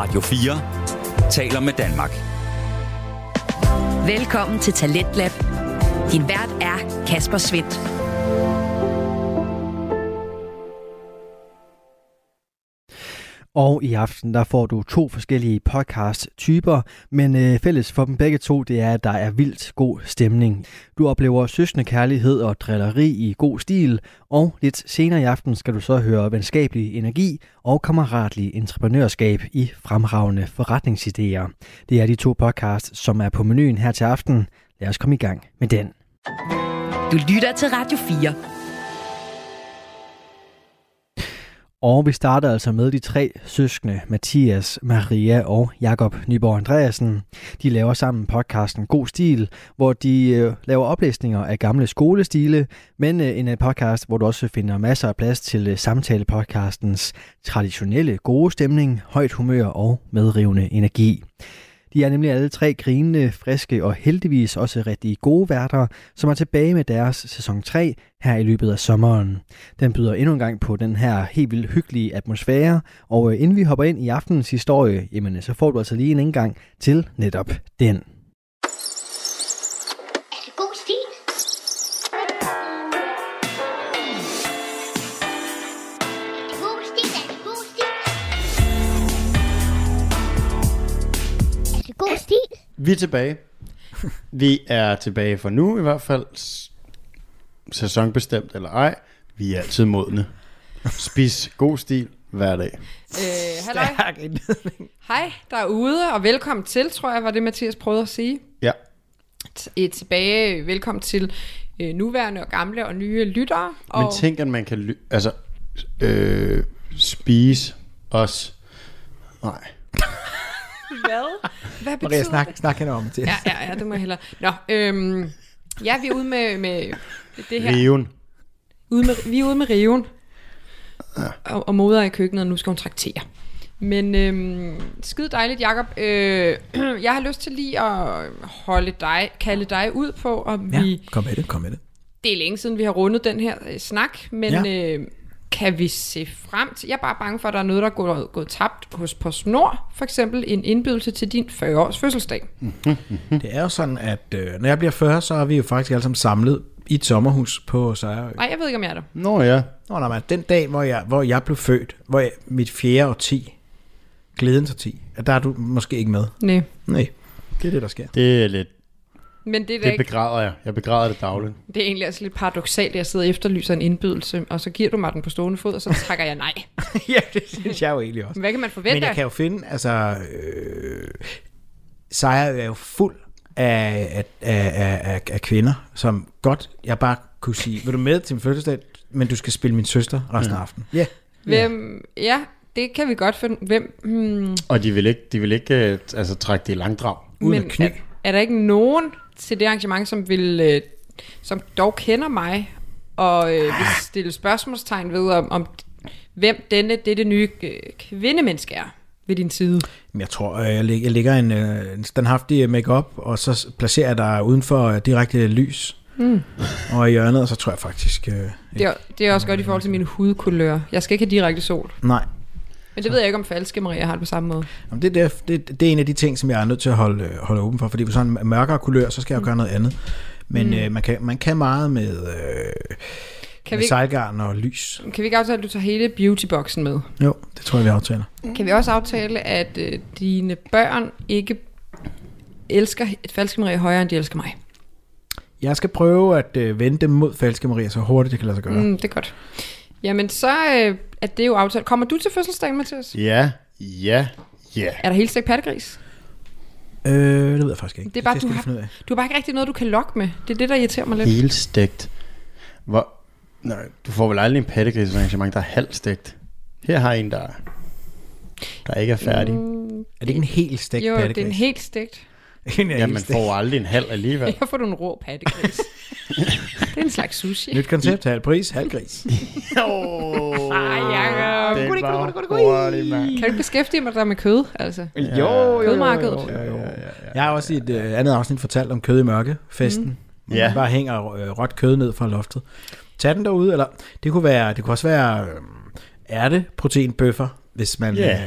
Radio 4 taler med Danmark. Velkommen til Talentlab. Din vært er Kasper Svendt. Og i aften der får du 2 forskellige podcast-typer, men fælles for dem begge to, det er, at der er vildt god stemning. Du oplever søskende kærlighed og drilleri i god stil, og lidt senere i aften skal du så høre venskabelig energi og kammeratlig entreprenørskab i fremragende forretningsidéer. Det er de 2 podcasts, som er på menuen her til aften. Lad os komme i gang med den. Du lytter til Radio 4. Og vi starter altså med de 3 søskende, Mathias, Maria og Jakob Nyborg Andreasen. De laver sammen podcasten God Stil, hvor de laver oplæsninger af gamle skolestile, men en podcast, hvor du også finder masser af plads til samtalepodcastens traditionelle gode stemning, højt humør og medrivende energi. De er nemlig alle 3 grinende, friske og heldigvis også rigtig gode værter, som er tilbage med deres sæson 3 her i løbet af sommeren. Den byder endnu en gang på den her helt vildt hyggelige atmosfære, og inden vi hopper ind i aftenens historie, jamen, så får du altså lige en indgang til netop den. Er det god stil? God stil. Vi er tilbage. Vi er tilbage for nu i hvert fald. Sæsonbestemt eller ej. Vi er altid modne. Spis god stil hver dag. Halløj. Hej derude, og velkommen til, tror jeg, var det Mathias prøvede at sige. Ja. Tilbage, velkommen til nuværende og gamle og nye lyttere. Men tænk, at man kan spise os. Nej. Hvad betyder Maria, det? snak hende om det. Ja, det må jeg hellere. Nå, ja, vi er ude med det her. Riven. Vi er ude med riven. Ja. Og moder er i køkkenet, og nu skal hun traktere. Men skide dejligt, Jakob. Jeg har lyst til lige at kalde dig ud på, om vi... Kom med det. Det er længe siden, vi har rundet den her snak, men... kan vi se frem til? Jeg er bare bange for, at der er noget, der er gået tabt hos PostNord. For eksempel en indbydelse til din 40-års fødselsdag. Det er jo sådan, at når jeg bliver 40, så er vi jo faktisk alle sammen samlet i et sommerhus på Sejrø. Nej, jeg ved ikke, om jeg er der. Nå ja. Den dag, hvor jeg blev født, mit 4. årti, glædens årti, der er du måske ikke med. Nej. Det er det, der sker. Det er lidt... Men det begræder jeg. Jeg begræder det dagligt. Det er egentlig altså lidt paradoksalt, at jeg sidder og efterlyser en indbydelse, og så giver du mig den på stående fod, og så trækker jeg nej. Ja, det synes jeg jo egentlig også. Hvad kan man forvente? Men jeg kan jo finde, Sejrø er jo fuld af kvinder, som godt, jeg bare kunne sige, vil du med til min fødselsdag, men du skal spille min søster resten af aftenen. Ja. Hvem? Ja, det kan vi godt finde. Hvem? Og de vil ikke trække det i langdrag. Men er der ikke nogen til det arrangement, som dog kender mig, og vil stille spørgsmålstegn ved, om hvem det nye kvindemenneske er ved din side? Jeg tror, jeg lægger en standhaftig make-up, og så placerer jeg dig uden for direkte lys. Og i hjørnet, og så tror jeg faktisk... Det er også godt i forhold til min hudkulør. Jeg skal ikke have direkte sol. Nej. Men det ved jeg ikke, om falske Maria har det på samme måde. Jamen det er en af de ting, som jeg er nødt til at holde åben for, fordi på sådan en mørkere kulør, så skal jeg jo gøre noget andet. Men man kan meget med sejlgarn og lys. Kan vi ikke aftale, at du tager hele beautyboxen med? Jo, det tror jeg, vi aftaler. Kan vi også aftale, at dine børn ikke elsker et falske Maria højere, end de elsker mig? Jeg skal prøve at vende dem mod falske Maria, så hurtigt det kan lade sig gøre. Det er godt. Jamen, så er det jo aftalt. Kommer du til fødselsdagen, Mathias? Ja. Er der helt stegt pattegris? Det ved jeg faktisk ikke. Det er bare, du har bare ikke rigtig noget, du kan lokke med. Det er det, der irriterer mig lidt. Helt stegt. Nej, du får vel aldrig en pattegrisarrangement, der er halvt stegt. Her har en, der ikke er færdig. Er det ikke en helt stegt pattegris? Jo, det er en helt stegt. Ja, man får aldrig en halv alligevel. Jeg får du en rå pattegris. Det er en slags sushi. Nyt koncept, halv pris, halv gris. Jakob. Kan du ikke beskæftige mig der med kød? Altså? Jo. Kødmarkedet. Jeg har også i et andet afsnit fortalt om kød i mørke festen. Man bare hænger råt kød ned fra loftet. Tag den derude, eller det kunne også være ærteproteinbøffer, hvis man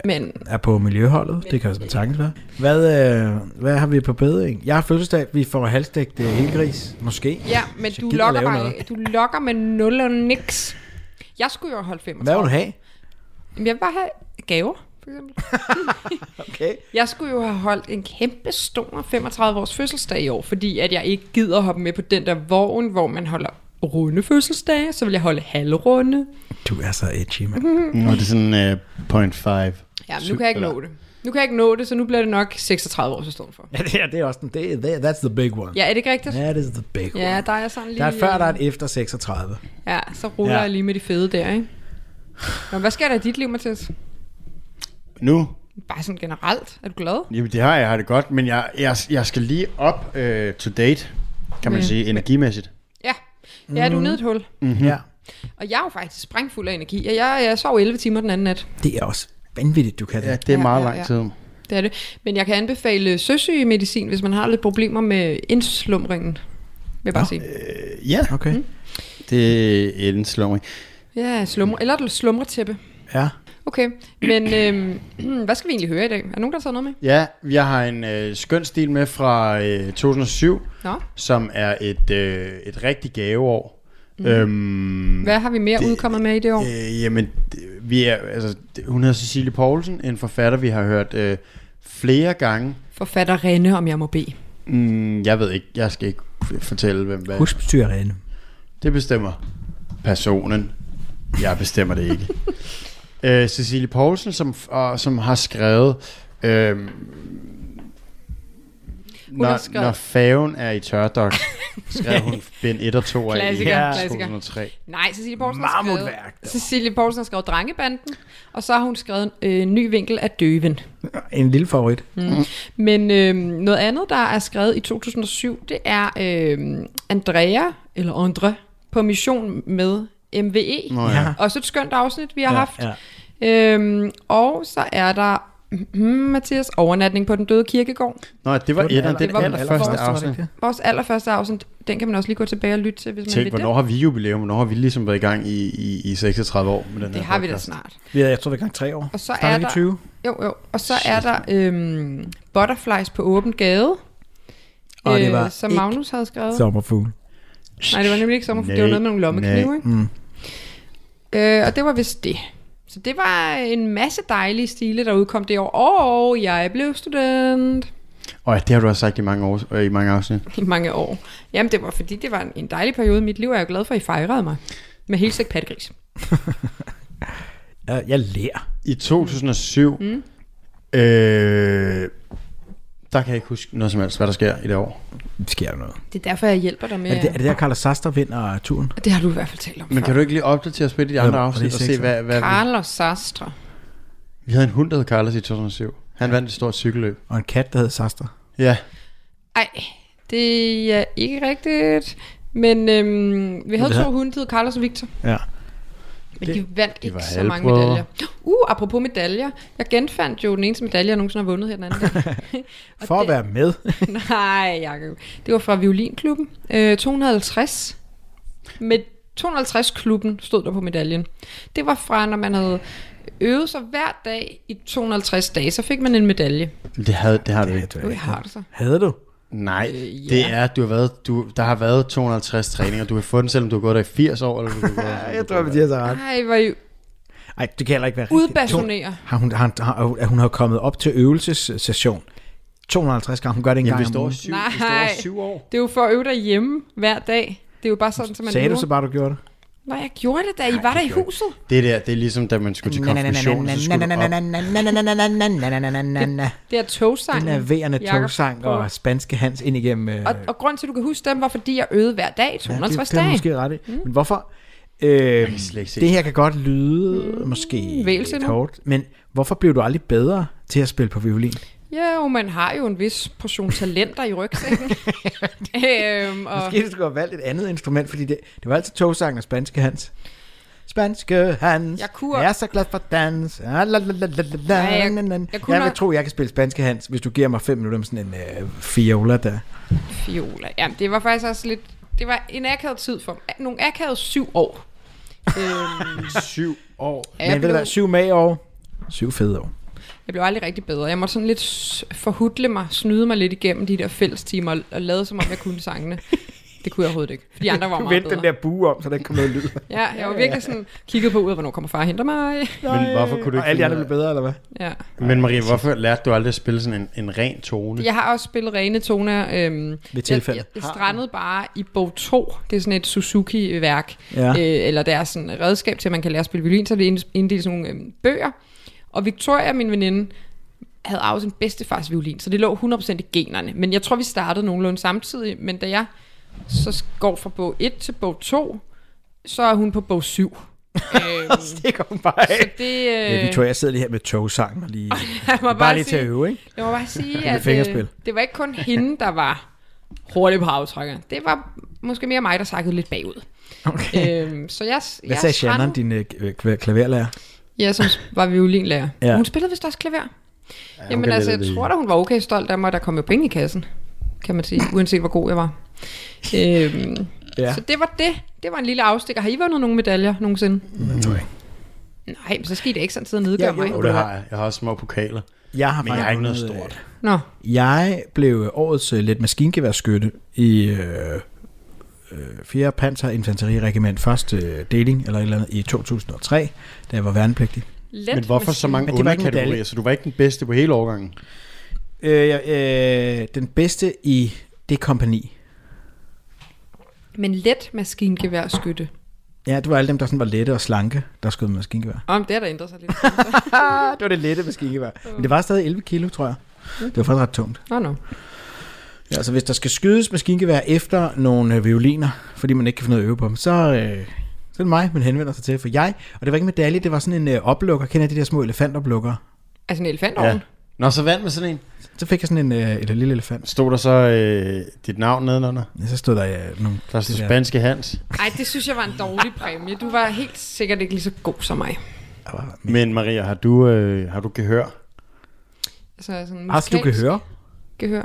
er på miljøholdet. Det kan også sagtens være. Hvad har vi på bedring? Jeg har fødselsdag. Vi får halvstegt helgris. Måske. Ja, men du lokker med 0 og niks. Jeg skulle jo holde 35. Hvad vil du have? Jamen, jeg vil bare have gaver, for eksempel. Okay. Jeg skulle jo have holdt en kæmpe stor 35 års fødselsdag i år, fordi at jeg ikke gider hoppe med på den der vogn, hvor man holder runde fødselsdage, så vil jeg holde halvrunde. Du er så edgy, mand. Og det er sådan 0.5. Ja, men nu kan jeg ikke nå det. Nu kan jeg ikke nå det, så nu bliver det nok 36 år, så står for. Ja, det er også that's the big one. Ja, er det ikke rigtigt? That is the big one. Ja, der er sådan lige... Der er før, der er et efter 36. Ja, så ruller jeg lige med de fede der, ikke? Nå, hvad sker der i dit liv, Mathias? Nu? Bare sådan generelt. Er du glad? Jamen det har jeg det godt, men jeg skal lige op to date, kan man sige, energimæssigt. Ja, du er nede et hul. Mm-hmm. Ja. Og jeg er jo faktisk sprængfuld af energi. Jeg sov 11 timer den anden nat. Det er også vanvittigt, du kan det. Ja, det er meget lang tid. Det er det. Men jeg kan anbefale søsygemedicin, hvis man har lidt problemer med indslumringen. Vil jeg bare sige. Ja, okay. Det er indslumring. Ja, eller et slumretæppe. Ja. Okay, men hvad skal vi egentlig høre i dag? Er der nogen, der har taget noget med? Ja, jeg har en skøn stil med fra 2007, som er et rigtig gaveår. Hvad har vi mere udkommet med i det år? Jamen, hun hedder Cecilie Poulsen, en forfatter, vi har hørt flere gange. Forfatterinde, om jeg må bede. Jeg ved ikke, jeg skal ikke fortælle, hvem hvad. Husbestyrerinde. Det bestemmer personen. Jeg bestemmer det ikke. Cecilie Poulsen, som har skrevet, når færgen er i tørdok, skrev hun bind 1 og 2 af i 2003. Nej, Cecilie Poulsen har skrevet Drengebanden, og så har hun skrevet en ny vinkel af Døven. En lille favorit. Men noget andet, der er skrevet i 2007, det er André på mission med MVE. Også et skønt afsnit, vi har haft. Ja. Og så er der Mathias overnatning på den døde kirkegård. Nå, det var allerførste afsnit. Vores allerførste afsnit, den kan man også lige gå tilbage og lytte til, hvis man vil det. Hvornår har vi jubilæum? Hvornår har vi ligesom været i gang i 36 år med den her Det har vi da snart. Jeg tror, vi er i gang 3 år. Og så er der 20. Jo. Og så er der Butterflies på åben gade. Og det var som Magnus havde skrevet. Sommerfugl. Nej, det var nemlig ikke sommerfugl. Det var noget med nogle lommeknive, ikke? Og det var vist det. Så det var en masse dejlige stile, der udkom det år. Og jeg blev student. Det har du også sagt i mange år, i mange afsnit. I mange år. Jamen, det var fordi, det var en dejlig periode i mit liv, og jeg er glad for, at I fejrede mig. Med helt sikkert pattegris. Jeg lærer. I 2007, der kan jeg ikke huske noget som helst, hvad der sker i det år. Det sker jo noget. Det er derfor, jeg hjælper dig med... Er det der, Carlos Sastre vinder turen? Det har du i hvert fald talt om. Men kan du ikke lige opdatere og spille de andre afsnit og se, hvad Carlos Sastre. Vi havde en hund, der hed Carlos i 2007. Han vandt et stort cykelløb. Og en kat, der hed Sastre. Ja. Ej, det er ikke rigtigt. Men vi havde 2 hunde, der hed Carlos og Victor. Ja. Men de vandt ikke så mange medaljer. Apropos medaljer. Jeg genfandt jo den eneste medalje, jeg nogensinde har vundet her den anden dag. For at være med? Nej, Jacob. Det var fra Violinklubben. 250. Med 250-klubben stod der på medaljen. Det var fra, når man havde øvet sig hver dag i 250 dage, så fik man en medalje. Det har du ikke. Det har du så. Havde du? Nej, det er, der har været 250 træninger. Du kan få den, selvom du har gået der i 80 år. Eller du jeg tror, Mathias har ret. Nej, det kan heller ikke være rigtigt. Udbasunere. Hun har kommet op til øvelsessession 250 gange. Hun gør det en gang om ugen. Nej, 7 år. Det er jo for at øve dig hjemme hver dag. Det er jo bare sådan, som man sagde du så bare, du gjorde det? Nej, jeg gjorde det, da I var der i huset. Det er ligesom, da man skulle til konfirmation, så skulle det er togsangen. Den nerverende togsang og spanske Hans ind igennem... Og grund til, at du kan huske dem, var fordi jeg øvede hver dag 250 dage. Det er måske ret i. Men hvorfor... det her kan godt lyde måske hårdt, men hvorfor blev du aldrig bedre til at spille på violin? Ja, man har jo en vis portion talenter i rygsækken. Måske du skulle have valgt et andet instrument, fordi det var altid togsangen og spanske Hans. Spanske Hans, jeg er så glad for dans. Jeg vil tro, jeg kan spille spanske Hans, hvis du giver mig 5 minutter med sådan en fiola der. Fiola, ja, det var faktisk også lidt... Det var en akavet tid for nogle akavet 7 år. 7 år? Men ved du hvad, 7 år, 7 fede år. Jeg blev aldrig rigtig bedre. Jeg måtte sådan lidt snyde mig lidt igennem de der fællestimer, og lade som om jeg kunne sangene. Det kunne jeg overhovedet ikke, for de andre var meget bedre. den der bue om, så der ikke kom noget lyd. Ja, jeg var virkelig sådan, kigget på hvornår kommer far og henter mig. Men hvorfor kunne du ikke... Og alle de andre blev bedre, eller hvad? Ja. Men Marie, hvorfor lærte du aldrig at spille sådan en ren tone? Jeg har også spillet rene toner. Ved tilfælde. Jeg strandede bare i bog 2. Det er sådan et Suzuki-værk. Ja. Eller det er sådan et redskab til, at man kan lære at spille violin. Så det er inddelt sådan nogle bøger. Og Victoria, min veninde, havde arvet sin bedstefars violin. Så det lå 100% i generne. Men jeg tror, vi startede nogenlunde samtidig. Men da jeg så går fra bog 1 til bog 2, så er hun på bog 7. Det kom bare af. Så det... Victoria, jeg sidder lige her med togsang og lige... bare bare lige til at øve, ikke? Jeg må bare sige, at fingerspil. det var ikke kun hende, der var hurtig på aftrækker. Det var måske mere mig, der sakkede lidt bagud. Okay. Så jeg Hvad sagde Shannon, din klaverlærer? Ja, som var violinlærer. Ja. Hun spillede vist også klaver. Ja, Jamen altså, jeg tror da, hun var okay stolt af mig, der kom jo penge i kassen, kan man sige, uanset hvor god jeg var. Ja. Så det var det. Det var en lille afstikker. Har I vundet nogle medaljer nogensinde? Nej, men så skal I da ikke sådan sidde og nedgøre mig. Jo, det har jeg. Jeg har også små pokaler. Men jeg har ikke noget stort. Nå. Jeg blev årets let maskingeværskytte i 4. Panzer Infanteriregiment 1. deling eller et eller andet i 2003, da jeg var værnepligtig. Men hvorfor så mange underkategorier? Så du var ikke den bedste på hele årgangen? Den bedste i det kompagni. Men let maskingevær skytte. Ja, det var alle dem, der sådan var lette og slanke, der skød med maskingevær. Det har der ændret sig lidt. Det var det lette maskingevær. Men det var stadig 11 kilo, tror jeg. Det var faktisk ret tungt. Nå. Ja, så hvis der skal skydes maskingevær efter nogle violiner, fordi man ikke kan få noget at øve på dem, så er det mig, man henvender sig til. For og det var ikke medalje, det var sådan en oplukker. Kender de der små elefantoplukker? Altså en elefantovn? Ja. Nå, så vandt med sådan en. Så fik jeg sådan en lille elefant. Stod der så dit navn nedenunder? Ja, så stod der nogle... Der stod spanske Hans. Ej, det synes jeg var en dårlig præmie. Du var helt sikkert ikke lige så god som mig. Men Maria, har du gehør? Altså, sådan har du gehør? Gehør.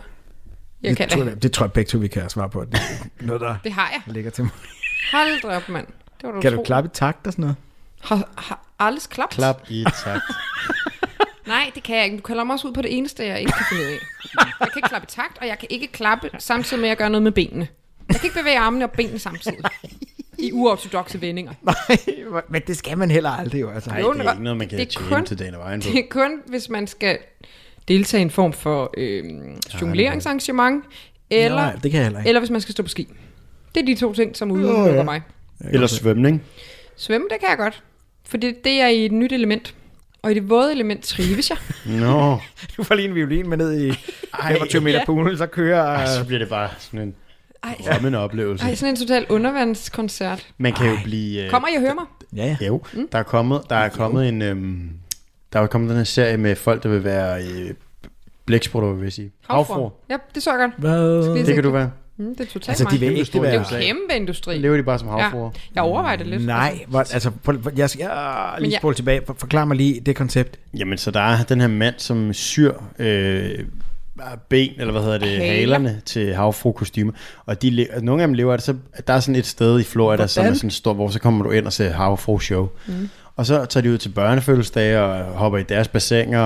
Det tror jeg begge to, vi kan svare på. Det er noget, der det har jeg. ligger til mig. Hold da op, mand. Det var kan du klappe i takt og sådan noget? Har alles klapt? Klap i takt. Nej, det kan jeg ikke. Du kalder mig også ud på det eneste, jeg ikke kan finde ud af. Jeg kan ikke klappe i takt, og jeg kan ikke klappe samtidig med at gøre noget med benene. Jeg kan ikke bevæge armene og benene samtidig. I uortodokse vendinger. Nej, men det skal man heller aldrig jo. Altså. Nej, det er ikke noget, man kan tjene til dagen og vejen på. Det er kun, hvis man skal deltage i en form for jongleringsarrangement, eller, det kan jeg heller ikke. eller hvis man skal stå på ski. Det er de 2 ting, som udelukker mig. Eller svømning. Svømme, det kan jeg godt. For det er i et nyt element. Og i det våde element trives jeg. Nå. Du får lige en violin med ned i 25 meter poolen, så kører... så bliver det bare sådan en rammende oplevelse. Sådan en total undervandskoncert. Man kan jo blive... Kommer I og hører mig? Ja. Jo, der er kommet en... der er kommet den her serie med folk, der vil være blæksprutter, vil jeg sige. Havfruer. Ja, det så jeg godt. Hvad? Det kan du være. Det er totalt altså, de vil ikke være... Det er jo kæmpe industri. Lever de bare som havfruer? Ja, jeg overvejer det lidt. Nej, altså, jeg skal lige spole tilbage. Forklar mig lige det koncept. Jamen, så der er den her mand, som syr ben, eller hvad hedder det, halerne til havfruekostymer. Og nogle af dem lever, så der er sådan et sted i Florida, som er sådan stort, hvor så kommer du ind og ser havfrue-show. Og så tager de ud til børnefødselsdage og hopper i deres bassiner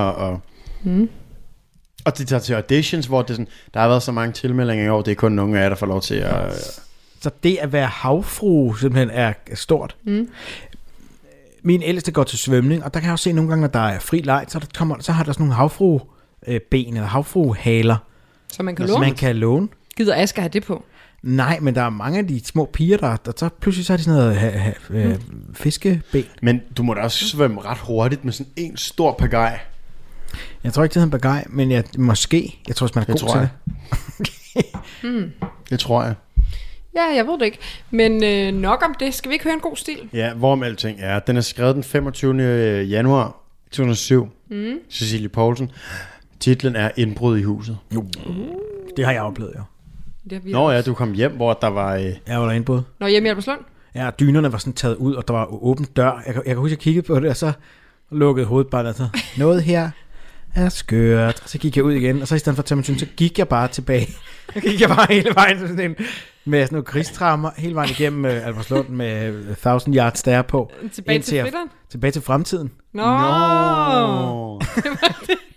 og de tager til auditions, hvor det sådan, der har været så mange tilmeldinger i år, det er kun nogle af jer, der får lov til at... Så det at være havfrue simpelthen er stort. Min ældste går til svømning, og der kan jeg også se nogle gange, når der er fri leg, så har der sådan nogle havfrueben eller havfruehaler. Så man kan låne? Man kan låne. Gider Asger have det på? Nej, men der er mange af de små piger, der så pludselig så er de sådan noget fiskeben. Men du må da også svømme ret hurtigt med sådan en stor pagaj. Jeg tror ikke, det hedder en bagaj, men jeg tror, hvis man er god til det. Det tror jeg. Ja, jeg ved det ikke. Men nok om det. Skal vi ikke høre en god stil? Ja, hvorom alting er. Den er skrevet den 25. januar 2007. Cecilie Poulsen. Titlen er Indbrud i huset. Det har jeg oplevet, jo. Nå ja, du kom hjem, hvor der var... Jeg var der indbrud. Nå, hjemme i Albertslund? Ja, dynerne var sådan taget ud, og der var åben dør. Jeg kan huske, jeg kiggede på det, og så lukkede hovedet bare, altså, noget her er skørt. Så gik jeg ud igen, og så i stedet for at tage min så gik jeg bare tilbage. Så gik jeg bare hele vejen sådan en, med sådan nogle krigstrammer, hele vejen igennem Albertslund med 1000 yards der på. Tilbage til fritteren? Tilbage til fremtiden. Nå. Det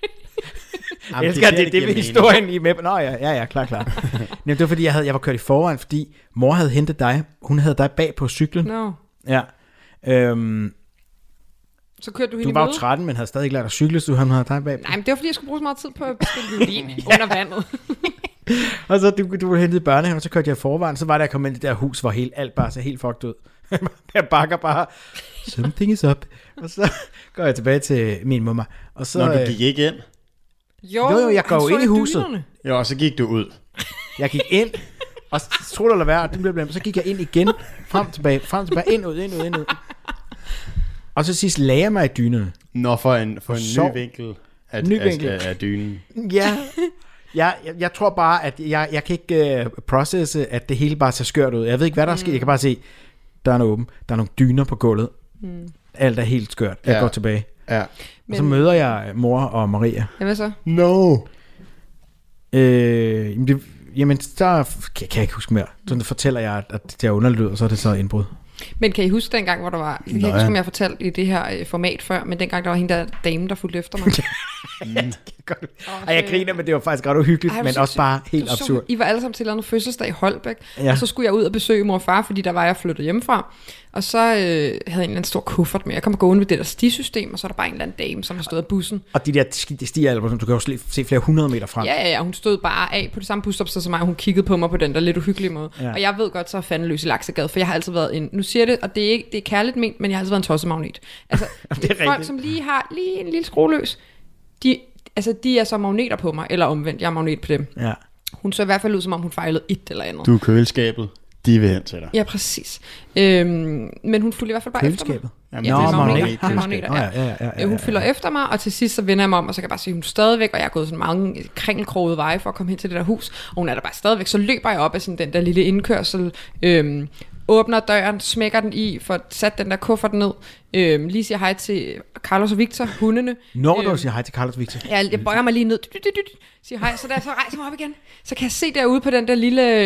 Jeg elsker, det ved historien i med. Nå ja, klar. Det var fordi, jeg var kørt i forvejen, fordi mor havde hentet dig. Hun havde dig bag på cyklen. No. Ja. Så kørte du hende Du var jo 13, men havde stadig ikke lært at cykle, så han havde dig bag. Nej, men det var fordi, jeg skulle bruge så meget tid på at spille violin under vandet. Og så du hentede i børnehaven, og så kørte jeg i forvejen. Så var der, jeg kom ind i det der hus, hvor alt bare så helt fucked ud. Jeg bakker bare, something is up. Og så går jeg tilbage til min mamma. Og så, Når du gik ikke ind? Jo, jeg går jo ind i huset. Jo, og så gik du ud. Jeg gik ind, og tro det eller være, så gik jeg ind igen, frem tilbage, ind ud. Og så sidst lagde jeg mig i dynerne. Nå, for en ny vinkel af dynen. Ja, jeg tror bare, at jeg kan ikke processe, at det hele bare ser skørt ud. Jeg ved ikke, hvad der er sket. Jeg kan bare se, døren er åben. Der er nogle dyner på gulvet. Alt er helt skørt. Jeg går tilbage. Ja. Og så møder jeg mor og Maria. Ja, hvad så? No. Jamen, der kan jeg ikke huske mere. Så fortæller jeg, at det er underlyd, og så er det så indbrud. Men kan I huske dengang, hvor der var... Jeg kan ikke huske, om jeg fortalte i det her format før, men dengang der var hende der dame, der fulgte efter mig. Jeg griner, men det var faktisk ret uhyggeligt, men også bare helt absurd. I var alle sammen til et eller andet fødselsdag i Holbæk, og så skulle jeg ud og besøge mor og far, fordi der var jeg flyttet hjemmefra. Og så havde jeg en eller anden stor kuffert med. Jeg kom gående ved det der stisystem, og så er der bare en eller anden dame, som har stået af bussen. Og de der stiger, du kan jo se flere 100 meter frem. Ja, hun stod bare af på det samme busstop, som mig, og hun kiggede på mig på den der lidt uhyggelige måde. Ja. Og jeg ved godt, så er fanden løs i Laksegade, for jeg har altid været en... Nu siger jeg det, og det er kærligt ment, men jeg har altid været en tossemagnet. Altså, det er folk, som lige har en lille skrueløs, de er så magneter på mig, eller omvendt, jeg er magnet på dem. Ja. Hun så i hvert fald ud, som om hun fejlede et eller andet. Du er køleskabet. De vil hen til dig. Ja, præcis. Men hun fulgte i hvert fald bare efter mig. Jamen, Ja, det er magneter. Ja. Hun følger efter mig, og til sidst så vender jeg mig om, og så kan jeg bare se, at hun er stadigvæk, og jeg har gået sådan mange kringelkrogede veje for at komme hen til det der hus, og hun er der bare stadigvæk. Så løber jeg op af sådan den der lille indkørsel, åbner døren, smækker den i, får sat den der kuffert ned, lige siger hej til Carlos og Victor, hundene. Når du siger hej til Carlos og Victor? Ja, jeg bøjer mig lige ned, siger hej, så der så rejser mig op igen. Så kan jeg se derude på den der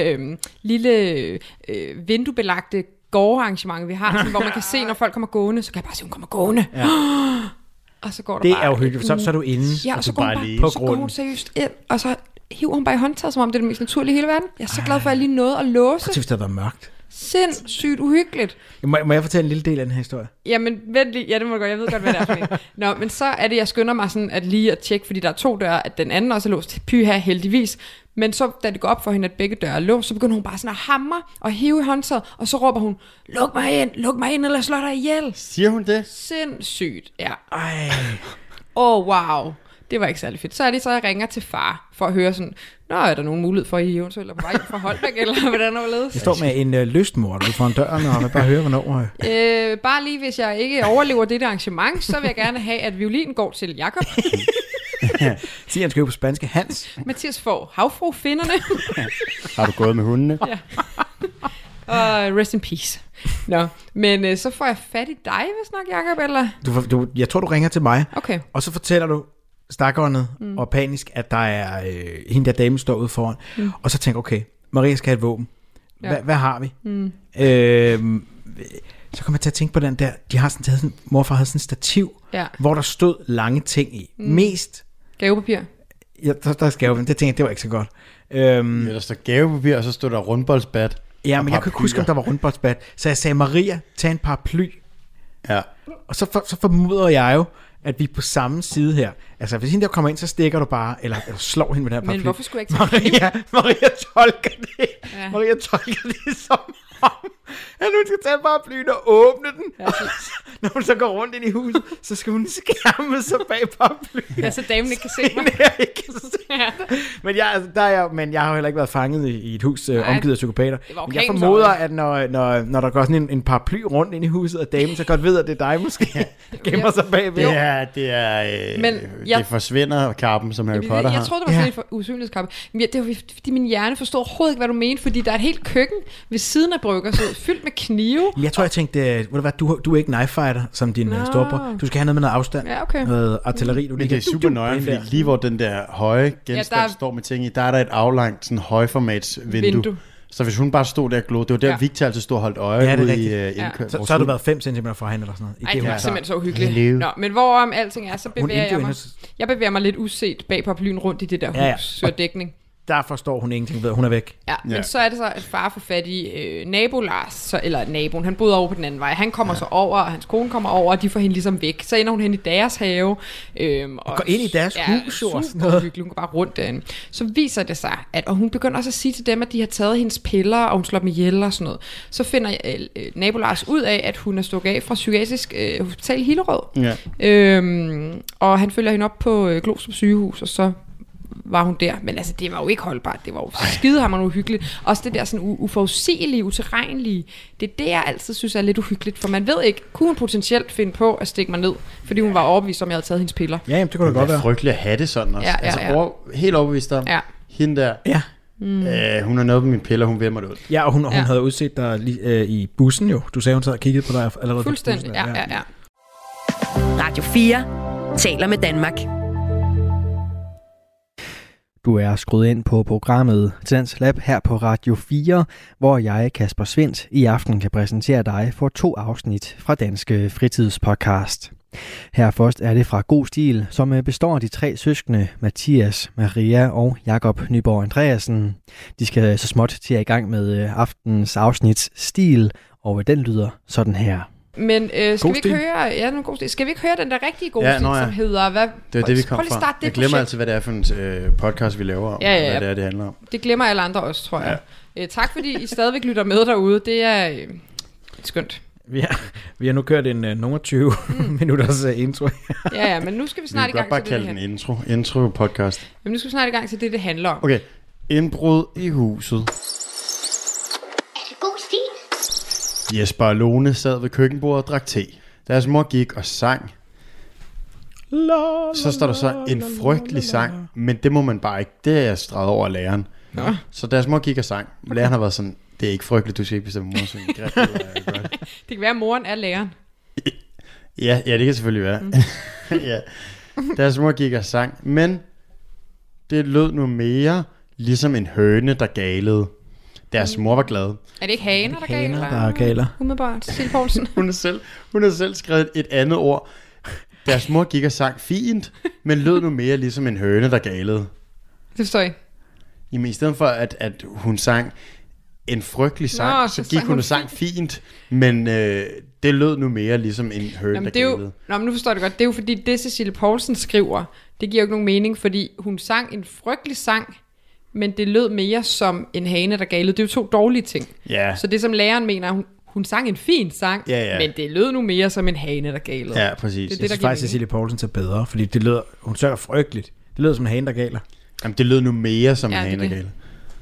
lille vinduebelagte gårdarrangement, vi har, sådan, hvor man kan se, når folk kommer gående, så kan jeg bare se, hun kommer gående. Ja. Og så går der det bare... er jo hyggeligt, så er du inde. Ja, og så går hun seriøst ind, og så hiver hun bare i håndtaget, som om det er det mest naturlige i hele verden. Jeg er så glad for, at jeg lige nåede at låse. Hvis det havde været mørkt. Sindssygt uhyggeligt. Må jeg fortælle en lille del af den her historie? Jamen, vent lige. Ja, det må du godt. Jeg ved godt, hvad det er for en. Nå, men så er det, jeg skynder mig sådan at lige at tjekke, fordi der er 2 døre, at den anden også er låst. Pyha, heldigvis. Men så, da det går op for hende, at begge døre er låst, så begynder hun bare sådan at hamre og hive i håndtaget, og så råber hun, luk mig ind, eller slå dig ihjel. Siger hun det? Sindssygt, ja. Ej. Wow. Det var ikke særlig fedt. Så er det så, jeg ringer til far for at høre sådan, nå, er der nogen mulighed for, at I eventuelt er på vej fra Holbæk, eller hvordan overledes? Jeg står med en lystmor, du foran døren, og vil bare høre, hvornår. Bare lige, hvis jeg ikke overlever det arrangement, så vil jeg gerne have, at violinen går til Jakob. Sig, han skal på spanske Hans. Mathias får havfruefinderne. Har du gået med hundene? Ja. Og rest in peace. Nå, men så får jeg fat i dig, hvis nok, Jakob, eller? Jeg tror, du ringer til mig, okay. Og så fortæller du stakåndet og panisk, at der er hende der dame står ude foran. Og så tænker okay, Maria skal have et våben. Hvad har vi? Så kommer jeg til at tænke på den der, morfar havde sådan en stativ, hvor der stod lange ting i. Mest gavepapir. Ja, der er gavepapir. Det tænkte jeg, det var ikke så godt. Der står gavepapir, og så stod der rundboldsbat. Ja, men jeg kan ikke huske, om der var rundboldsbat. Så jeg sagde, Maria, tag en paraply. Ja. Og så formoder jeg jo, at vi er på samme side her. Altså, hvis hende der kommer ind, så stikker du bare, eller slår hende med den her paraply. Men hvorfor skulle jeg ikke tage Maria tolker det. Ja. Maria tolker det som om, at hun skal tage paraplyen og åbne den. Ja. Når hun så går rundt ind i huset, så skal hun skærme sig bag paraplyen. Ja, så damen ikke kan se mig. Men jeg har jo heller ikke været fanget i et hus omgivet af psykopater. Okay, jeg formoder, at når der går sådan en paraply rundt ind i huset, og damen så godt ved, at det er dig måske, gemmer sig bagved. Det forsvinder kappen, som Harry Potter har. Jeg troede, det var sådan en usynlighedskappe. Men det var fordi min hjerne forstod overhovedet ikke, hvad du mente, fordi der er et helt køkken ved siden af brygger, så fyldt med knive. Jeg tror, jeg tænkte, du er ikke knife fighter som din storebror. Du skal have noget med noget afstand. Ja, okay. Noget artilleri. Men det er super nøje, fordi lige hvor den der høje genstand står med ting i, der er der et aflangt sådan højformats vindue. Så hvis hun bare stod der og glod, det var der, Victor altid stod og holdt øje ude i indkørslen. Så har du været 5 cm fra hende eller sådan noget. Ej, det var simpelthen så uhyggeligt. Nå, men hvorom alting er, så bevæger jeg mig. Jeg bevæger mig lidt uset bag paraplyen rundt i det der hus, så dækning. Der forstår hun ingenting ved, hun er væk. Ja, men så er det så, at far får fat i nabo Lars, eller naboen, han boede over på den anden vej. Han kommer så over, og hans kone kommer over, og de får hende ligesom væk. Så ender hun hen i deres have. Og går ind i deres hus og sådan noget. Hun går bare rundt derinde. Så viser det sig, og hun begynder også at sige til dem, at de har taget hendes piller, og hun slår dem ihjel og sådan noget. Så finder nabo Lars ud af, at hun er stukket af fra psykiatrisk hospital i Hillerød. Ja. Og han følger hende op på Glostrup sygehus, og så var hun der, men altså det var jo ikke holdbart, det var jo skidehammerende uhyggeligt. Også det der sådan uforudsigelige, utilregnelige, det er det, jeg altid synes er lidt uhyggeligt, for man ved ikke, kunne hun potentielt finde på at stikke mig ned, fordi hun var overbevist om, jeg havde taget hendes piller. Ja, jamen, det kunne da godt være. Det er frygteligt at have det sådan også. Helt overbevist om, hende der, hun er noget på mine piller, hun vil mig det ud. Ja, og hun havde udset dig i bussen jo. Du sagde, hun sad og kiggede på dig allerede. Fuldstændig, på bussen. Ja. Radio 4 taler med Danmark. Du er skruet ind på programmet Tidens Lab her på Radio 4, hvor jeg, Kasper Svindt, i aften kan præsentere dig for 2 afsnit fra Danske Fritidspodcast. Her først er det fra God Stil, som består af de 3 søskende, Mathias, Maria og Jakob Nyborg Andreasen. De skal så småt til at i gang med aftens afsnits Stil, og den lyder sådan her. Men skal vi ikke høre, skal vi ikke høre den der rigtige gode stil, som hedder hvad? Det er det, vi kom fra. Jeg glemmer altid, hvad det er for en podcast, vi laver om, hvad det handler om. Det glemmer alle andre også, tror jeg. Tak fordi I stadigvæk lytter med derude. Det er skønt. Vi har nu kørt en nummer 20 minutters intro. Ja, men nu skal vi snart i gang til det. Vi kan bare kalde den intro podcast. Men nu skal vi snart i gang til det handler om. Okay, indbrud i huset. Jesper og Lone sad ved køkkenbordet og drak te. Deres mor gik og sang. Så står der så en frygtelig sang, men det må man bare ikke. Det er jeg streget over læreren. Så deres mor gik og sang. Læreren har været sådan, det er ikke frygteligt, du skal ikke bestemme mor synger. Det kan være, at moren er læreren. Ja, det kan selvfølgelig være. Ja. Deres mor gik og sang, men det lød nu mere ligesom en høne, der galede. Deres mor var glad. Er det ikke haner, der galer? Umiddelbart, Cecilie Poulsen. hun har selv skrevet et andet ord. Deres mor gik og sang fint, men lød nu mere ligesom en høne, der galede. Det forstår jeg. Jamen i stedet for, at hun sang en frygtelig sang, så gik hun og sang fint, men det lød nu mere ligesom en høne, der galede. Men nu forstår jeg det godt. Det er jo fordi, det Cecilie Poulsen skriver, det giver jo ikke nogen mening, fordi hun sang en frygtelig sang, men det lød mere som en hane, der galede. Det er jo 2 dårlige ting. Ja. Så det som læreren mener, hun sang en fin sang, men det lød nu mere som en hane, der galede. Ja, præcis. Det synes faktisk, Cecilie Poulsen tager bedre, fordi det lød, hun synger frygteligt. Det lød som en hane, der galer. Jamen, det lød nu mere som en hane, der galede.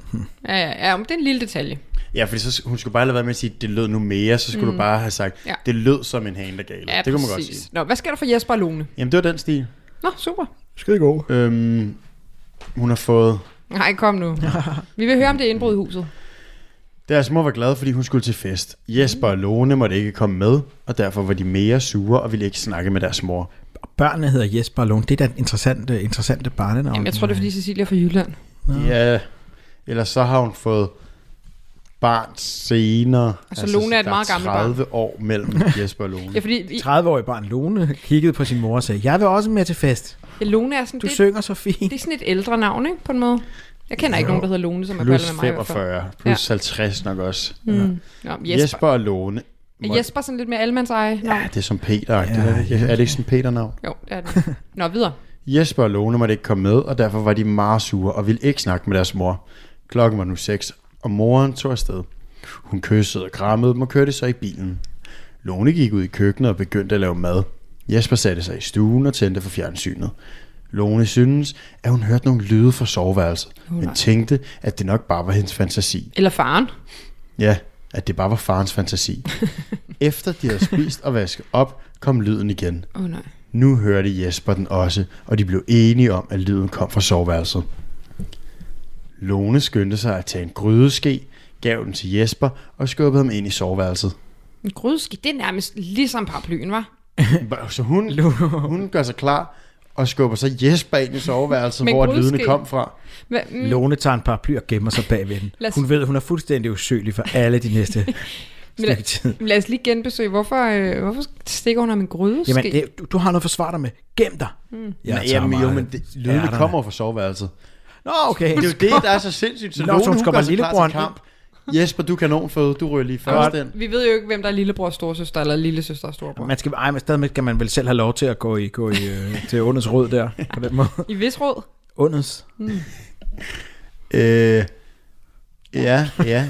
Ja, men det er en lille detalje. Ja, fordi så, hun skulle bare lade være med at sige, det lød nu mere, så skulle du bare have sagt, det lød som en hane, der galede. Ja, det kunne man godt sige. Nå, hvad sker der for Jesper og Lone? Jamen, det var den stil. Nå, super. Skide god. Hun har fået... Nej, kom nu. Vi vil høre om det indbrud i huset. Deres mor var glad, fordi hun skulle til fest. Jesper og Lone måtte ikke komme med, og derfor var de mere sure og ville ikke snakke med deres mor. Børnene hedder Jesper og Lone. Det er da et interessante barnenavn. Jamen, jeg tror, det er, fordi Cecilia er fra Jylland. Ja, ellers så har hun fået barn senere. Altså Lone er et meget gammelt barn. 30 år mellem Jesper og Lone. Ja, fordi 30-årig barn Lone kiggede på sin mor og sagde, jeg vil også med til fest. Ja, Lone er sådan, du synger så fint. Det er sådan et ældre navn, ikke, på en måde. Jeg kender ikke nogen, der hedder Lone, som er kaldet med mig. Plus 45, plus 50 nok også. Nå, Jesper og Lone. Er Jesper sådan lidt mere allemandseje? Ja, det er som Peter. Er det ikke sådan Peter-navn? Jo, det er det. Nå, videre. Jesper og Lone måtte ikke komme med, og derfor var de meget sure og ville ikke snakke med deres mor. Klokken var nu 6, og moren tog afsted. Hun kyssede og krammede dem og kørte så i bilen. Lone gik ud i køkkenet og begyndte at lave mad. Jesper satte sig i stuen og tændte for fjernsynet. Lone syntes, at hun hørte nogle lyde fra soveværelset, men tænkte, at det nok bare var hendes fantasi. Eller faren. Ja, at det bare var farens fantasi. Efter de havde spist og vasket op, kom lyden igen. Nej. Nu hørte Jesper den også, og de blev enige om, at lyden kom fra soveværelset. Lone skyndte sig at tage en grydeske, gav den til Jesper og skubbede ham ind i soveværelset. En grydeske, det er nærmest ligesom paraplyen, var. Så hun gør sig klar og skubber så Jesper ind i soveværelset, hvor lydene kom fra. Lone tager en paraply og gemmer sig bag ved den. Hun ved, hun er fuldstændig usøgelig for alle de næste stykke tid. Lad os lige genbesøge. Hvorfor stikker hun ham en grydeske? Jamen, du har noget at forsvare dig med. Gem dig. Men lydene kommer fra soveværelset. Nå, okay. Det er jo det, der er så sindssygt. Så Lone, hun går sig klar til kamp. Jesper, du er kanonføde. Du ryger lige først ind. Vi ved jo ikke, hvem der er lillebror, storesøster eller lillesøster og storebror. Men stadigvæk kan man vel selv have lov til at gå i til Åndens råd der, på den måde. I hvis råd? Åndens. Ja.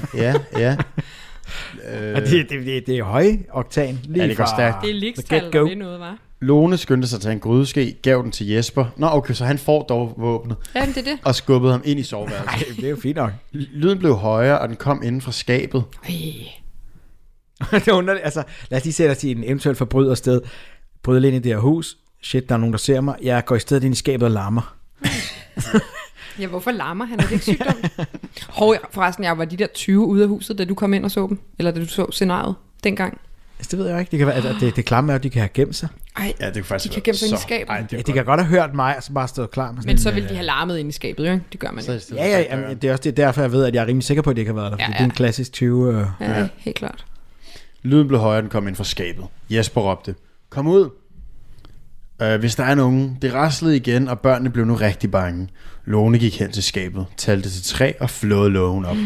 Det er høj oktan. Lige det går stærkt. Det er ligestal, der ved noget, var. Lone skyndte sig til en grydeske, gav den til Jesper. Nå, okay, så han får dog våbnet. Ja, det er det. Og skubbede ham ind i soveværelset. Nej, det er jo fint nok. Lyden blev højere, og den kom inden fra skabet. Det er underligt. Altså, lad os lige sætte os i en eventuel forbrydersted. Bryde ind i det her hus. Shit, der er nogen, der ser mig. Jeg går i stedet ind i skabet og larmer. Ja, hvorfor larmer han? Er det ikke sygdom? Forresten, jeg var de der 20 ude af huset, da du kom ind og så dem. Eller da du så scenariet dengang. Det ved jeg ikke. Det kan være, at det klamme er, at de kan have gemt sig. Ej, ja, det kan faktisk de kan gemme sig ind i skabet. De kan godt have hørt mig, og så bare stået klar. Men så vil de have larmet ind i skabet, jo ikke? Det gør man jo. Ja, det er også derfor, jeg ved, at jeg er rimelig sikker på, at de ikke har været der. Fordi det er en klassisk 20... Ja, helt klart. Lyden blev højere, den kom ind fra skabet. Jesper råbte, kom ud. Hvis der er nogen. Det raslede igen, og børnene blev nu rigtig bange. Lone gik hen til skabet, talte til 3 og flåede lågen op.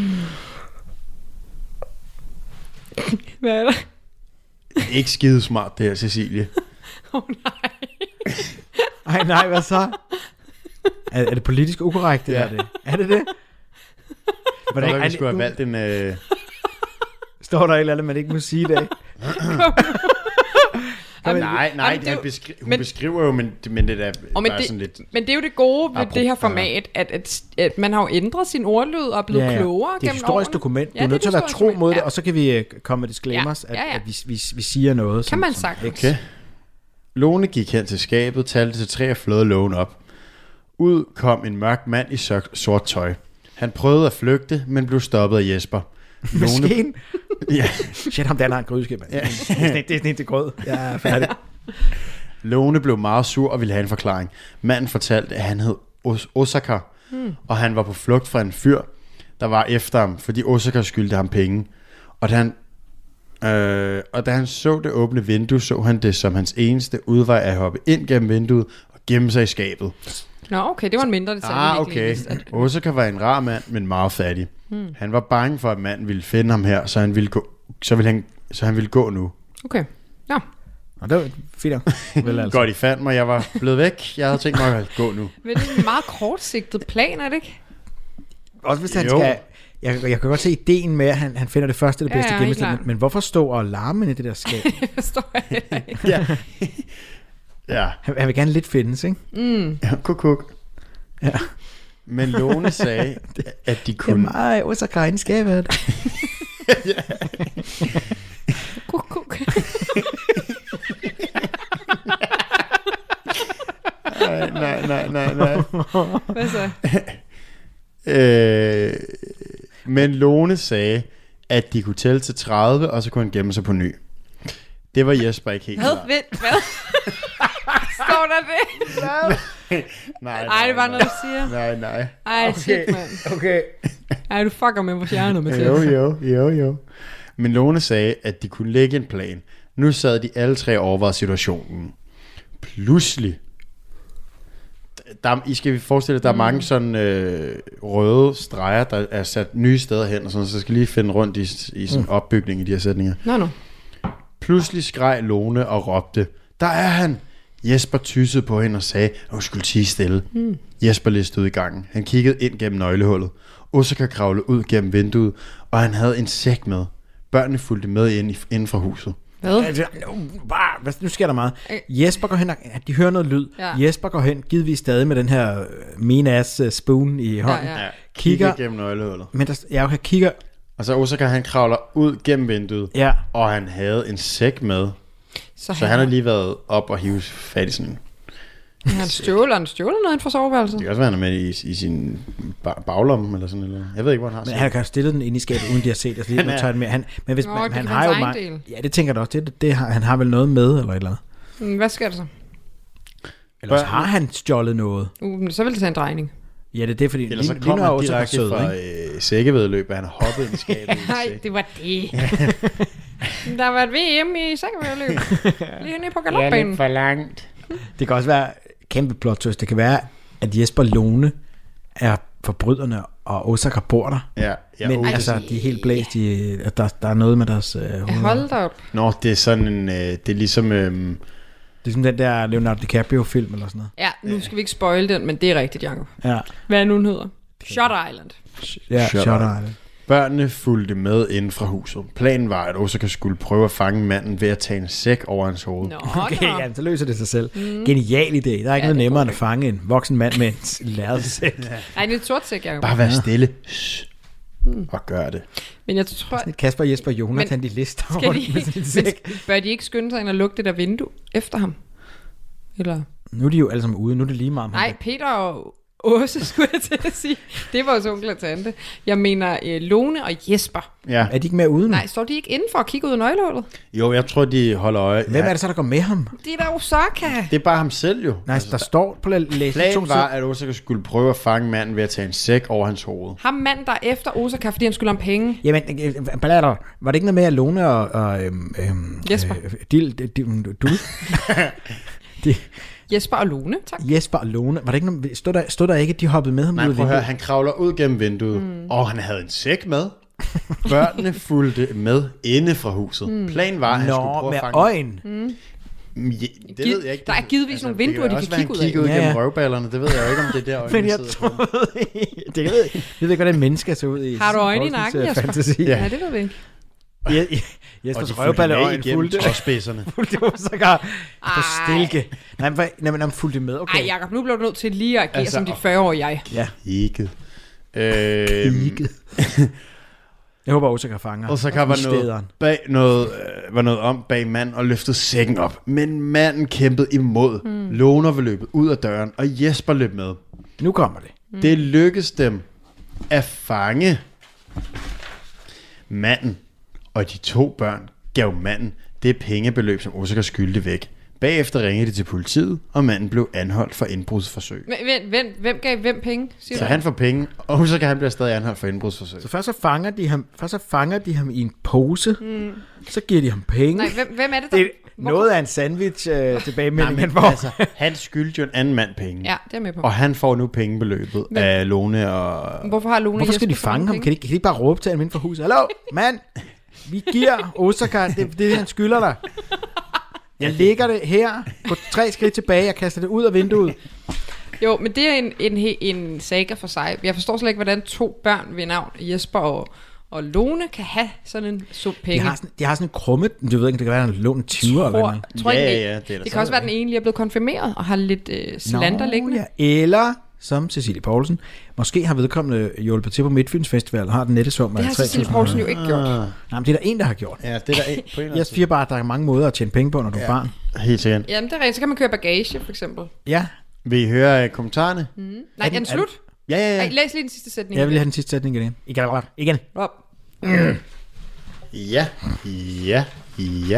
Hvad er der? Ikke skide smart det her, Cecilie. Nej. Nej, hvad så? Er det politisk ukorrekt, det det? Er det det? Hvordan vi skulle have valgt en... Står der et eller andet, man ikke må sige i dag? Nej, hun beskriver jo, men det er bare sådan lidt... Men det er jo det gode ved det her format, at man har jo ændret sin ordlyd og er blevet klogere gennem årene. Det er et historisk dokument. Du er nødt til at være tro mod det, og så kan vi komme med disclaimers, at vi siger noget. Kan man sagtens. Okay. Lone gik hen til skabet, talte til 3 og flåede lågen op. Ud kom en mørk mand i sort tøj. Han prøvede at flygte, men blev stoppet af Jesper. Lone... Ja. Shit, ham der har en grydeskib. Ja. Det er sådan til grød. Jeg er færdig. Lone blev meget sur og ville have en forklaring. Manden fortalte, at han hed Osaka, og han var på flugt fra en fyr, der var efter ham, fordi Osaka skyldte ham penge. Og da han så det åbne vindue, så han det som hans eneste udvej at hoppe ind gennem vinduet og gemme sig i skabet. Nå, okay, det var en mindre detalje. Okay. Osaka var en rar mand, men meget fattig. Han var bange for, at manden ville finde ham her, så han ville gå nu. Okay, ja. Og det var fint. Altså. Godt, I fandt mig. Jeg var blevet væk. Jeg havde tænkt mig at gå nu. Men det er en meget kortsigtet plan, er det ikke? Også hvis han skal... Jeg kan godt se ideen med, at han finder det første, det bedste gemmested. Men hvorfor stå og larme i det der skab? Det forstår jeg ikke. Ja. Han vil gerne lidt findes, ikke? Ja, kuk. Ja. Men Lone sagde, at de kunne... Det er mig, Osaka, i skabet. Kuk. Nej. Hvad så? Men Lone sagde, at de kunne tælle til 30, og så kunne han gemme sig på ny. Det var Jesper ikke helt klar. Hvad? Står der det? Nej, det var noget, du siger. Nej. Ej, shit, mand. Okay. Ej, du fucker med vores hjerner, Mathias. Jo. Men Lone sagde, at de kunne lægge en plan. Nu sad de alle 3 og overvejede situationen. Pludselig. I skal forestille, at der er mange sådan røde streger, der er sat nye steder hen, og sådan, så skal lige finde rundt i sådan opbygning i de her sætninger. Nå. Pludselig skreg Lone og råbte, der er han! Jesper tyssede på hende og sagde, at hun skulle tie stille. Jesper listede ud i gangen. Han kiggede ind gennem nøglehullet. Osaka kravlede ud gennem vinduet, og han havde en sæk med. Børnene fulgte med inden for huset. Hvad? Nu sker der meget. Jesper går hen, og de hører noget lyd. Ja. Jesper går hen, givetvis stadig med den her mean-ass spoon i hånden. Ja. Kigger gennem nøglehullet. Men kigger... Og så Osaka, han kravler ud gennem vinduet. Ja. Og han havde en sæk med. Så han har lige været op og hive fat i sådan... Han stjålet noget inden for soveværelset. Det kan også være, han er med i sin baglomme eller sådan noget. Jeg ved ikke, hvor han har. Men han kan have stillet den ind i skabet, uden de har set det. Men hvis han har jo meget... Ja, det tænker jeg da også. Han har vel noget med, eller et eller andet. Hvad sker der så? Ellers har han stjålet noget. Så vil det tage en drejning. Ja, det er fordi... Eller så kommer han direkte fra sækkevedløb, og han har hoppet i skabet. Nej, det var det. Der var et VM i sækkevedløb. Lige hernede på galopbanen. Det er lidt for langt. Det kan også være kæmpe plot twist. Det kan være, at Jesper Lone er forbryderne, og Osaka bor der. Ja, men altså, de er helt blæst i, at der er noget med deres hold da op. Nå, det er sådan en... det er ligesom... Det er som den der Leonardo DiCaprio-film eller sådan noget. Ja, nu skal vi ikke spoil den, men det er rigtigt, Jacob. Ja. Hvad er nu den hedder? Shutter Island. Ja, Shutter Island. Børnene fulgte med inden fra huset. Planen var, at Osaka skulle prøve at fange manden ved at tage en sæk over hans hoved. Okay, ja, så løser det sig selv. Genial idé. Der er ikke noget nemmere end at fange en voksen mand med en lærredsæk. Nej, det er et sort sæk, Jacob. Bare vær stille og gør det. Men jeg tror... Sådan et Kasper, Jesper, Jonathan, de lister rundt med sin sæk. Bør de ikke skynde sig ind og lukke det der vindue efter ham? Eller... Nu er de jo alle sammen ude. Nu er det lige meget om Nej, Peter og Åse, skulle jeg til at sige. Det er vores onkel og tante. Jeg mener Lone og Jesper. Ja. Er de ikke med uden? Nej, står de ikke inden for at kigge ud af nøglehullet? Jo, jeg tror, de holder øje. Hvem er det så, der går med ham? Det er da Osaka. Det er bare ham selv jo. Nej, altså, der står på læse. Planen var, at Osaka skulle prøve at fange manden ved at tage en sæk over hans hoved. Ham mand, der er efter Osaka, fordi han skylder om penge. Jamen, var det ikke noget med, at Lone og Jesper. Jesper og Lone, tak. Jesper og Lone. Var det ikke noget, stod der ikke, at de hoppede med ham ud af vinduet? Han kravler ud gennem vinduet, og han havde en sæk med. Børnene fulgte med inde fra huset. Planen var, at han skulle prøve at fange... øjen. Ja, det ved jeg ikke. Der er givetvis nogle vinduer, de kan kigge ud af. Han kiggede ud gennem røvballerne. Det ved jeg jo ikke, om det er der øjnene Men jeg troede... Jeg ved ikke, hvordan mennesker ser ud i... Har du øjne i nakken, Jesper? Fantasi. Ja, det ved vi ikke. Jespers røvballeøjen fulgte tåspidserne. Fulgte Osaka på stilke. Nej, men han fulgte med, okay. Ej, Jacob, nu blev du nødt til lige at agere som dit 40-årige jeg. Ja. Ikke. Jeg håber, Osaka fanger. Osaka var noget om bag manden og løftede sækken op. Men manden kæmpede imod. Lone var løbet ud af døren, og Jesper løb med. Nu kommer det. Det lykkedes dem at fange manden, og de 2 børn gav manden det pengebeløb, som Osaka skyldte væk. Bagefter ringede de til politiet, og manden blev anholdt for indbrudsforsøg. Hvem gav hvem penge? Så han får penge, og Osaka han bliver stadig anholdt for indbrudsforsøg. Så først så fanger de ham i en pose, så giver de ham penge. Nej, hvem er det der? Det er noget af en sandwich tilbagemelding, han får. Altså, han skyldte jo en anden mand penge. Ja, det er med på. Og han får nu pengebeløbet af Lone og... Hvorfor har Lone Hvorfor skal de fange ham? Kan de ikke bare råbe til ham inden for huset? Hallo, mand! Vi giver Osaka det han skylder dig. Jeg lægger det her, gå 3 skridt tilbage, jeg kaster det ud af vinduet. Jo, men det er en saga for sig. Jeg forstår slet ikke, hvordan 2 børn ved navn Jesper og Lone kan have sådan en sum penge. De har sådan en krumme, du ved ikke, det kan være en lån 20 eller noget. Tror ikke, ja, det kan også være, at den ene lige er blevet konfirmeret og har lidt slander liggende. Ja. Eller, som Cecilie Poulsen, måske har vedkommende hjulpet til på Midtfyns Festival, har den nettesum af 3.000. Det har Cecilie Poulsen jo ikke gjort. Nej, men det er der en, der har gjort. Ja, det er der en på en. Jeg siger bare, at der er mange måder at tjene penge på, når du er barn. Helt sikkert. Jamen, det er rigtigt. Så kan man køre bagage, for eksempel. Ja. Vil I høre kommentarerne? Nej, er den slut? Ja. Ej, læs lige den sidste sætning. Jeg vil lige have den sidste sætning igen. Igen. Op. Ja.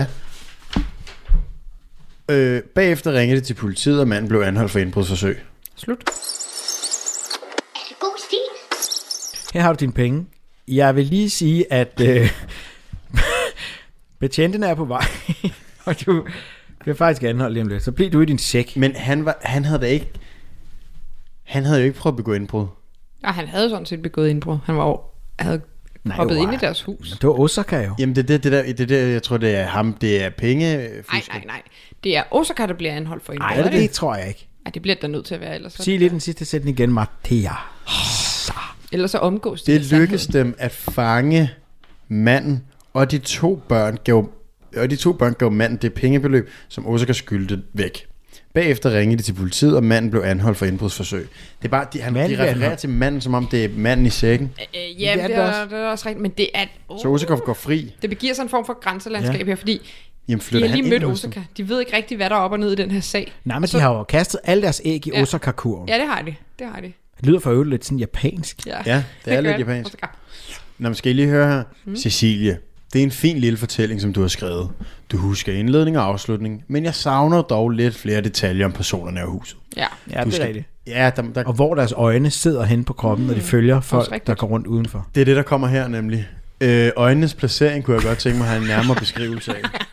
Bagefter ringede de til politiet, og manden blev anholdt for indbrudsforsøg. Slut. Er det god stil? Her har du dine penge. Jeg vil lige sige, at betjentene er på vej, og du bliver faktisk anholdt lige om lidt. Så bliver du i din sæk. Men han havde jo ikke prøvet at begå indbrud. Ja, han havde sådan set begået indbrud. Han havde hoppet ind i deres hus. Det var Osaka jo. Jamen det der, jeg tror det er ham, det er penge. Nej. Det er Osaka, der bliver anholdt for indbrud. Nej, det tror jeg ikke. Ja, det bliver der nødt til at være ellers. Sig lige den sidste sætning igen, Mathia. Ellers så omgås det lykkedes dem at fange manden, og de 2 børn gav manden det pengebeløb, som Osaka skyldte væk. Bagefter ringede de til politiet, og manden blev anholdt for indbrudsforsøg. Det er bare, de refererer til manden, som om det er manden i sækken. Ja, det er også rigtigt, men det er... Så Osaka går fri. Det begiver sig en form for grænselandskab her, fordi Jamen, de har lige mødt Osaka. De ved ikke rigtig, hvad der er op og ned i den her sag. Nej, men de har jo kastet alle deres æg i Osaka-kurven. Ja, det har de. Det lyder for øvrigt lidt sådan japansk. Ja, det er lidt japansk. Nå, men skal I lige høre her. Cecilie, Det er en fin lille fortælling, som du har skrevet. Du husker indledning og afslutning, men jeg savner dog lidt flere detaljer om personerne af huset. Ja, det er rigtigt. Ja, Og hvor deres øjne sidder hen på kroppen, når de følger folk, der går rundt udenfor. det er det, der kommer her nemlig. Øjnenes placering kunne jeg godt tænke mig at have en nærmere beskrivelse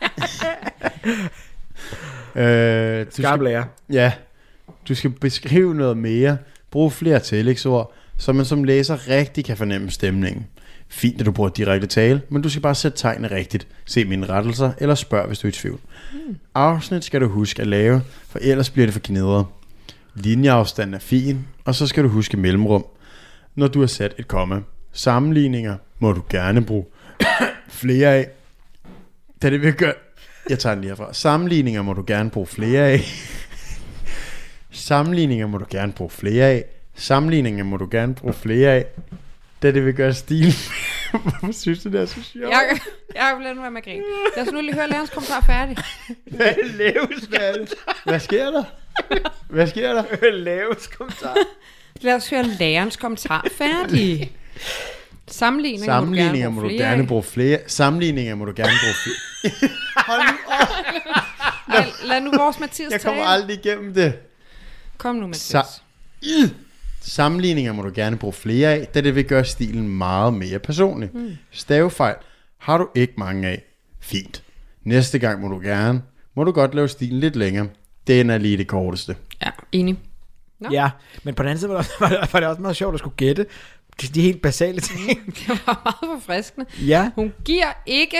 af. Skarp lærer. Ja, du skal beskrive noget mere. Brug flere tillægsord, så man som læser rigtig kan fornemme stemningen. Fint, at du bruger direkte tale, men du skal bare sætte tegnene rigtigt. Se mine rettelser, eller spørg, hvis du er i tvivl. Afsnit skal du huske at lave, for ellers bliver det for gnidret. Linjeafstanden er fin, og så skal du huske mellemrum, når du har sat et komma. Sammenligninger må du gerne bruge flere af. Da det vil gøre... Jeg tager den lige herfra. Sammenligninger må du gerne bruge flere af. Sammenligninger må du gerne bruge flere af. Sammenligninger må du gerne bruge flere af. Da det vil gøre stil. Hvorfor synes du, det er så sjovt? Jeg vil lade nu være med at grine. Lad os nu lige høre lærerens kommentar færdig. Hvad sker der? Hvad sker der? Lavs kommentar. Lad os høre lærerens kommentar færdig. Sammenligninger må du gerne bruge flere. Sammenligninger må du gerne bruge flere. Hold nu op. Lad nu vores Mathias Jeg kommer tale. aldrig igennem det. Kom nu, Mathias. Sammenligninger må du gerne bruge flere af, da det vil gøre stilen meget mere personlig. Stavefejl har du ikke mange af. Fint. Næste gang må du godt lave stilen lidt længere. Den er lige det korteste. Ja, enig. Nå. Ja, men på den anden side var det også meget sjovt at skulle gætte de helt basale ting. Det var meget forfriskende. Ja. Hun giver ikke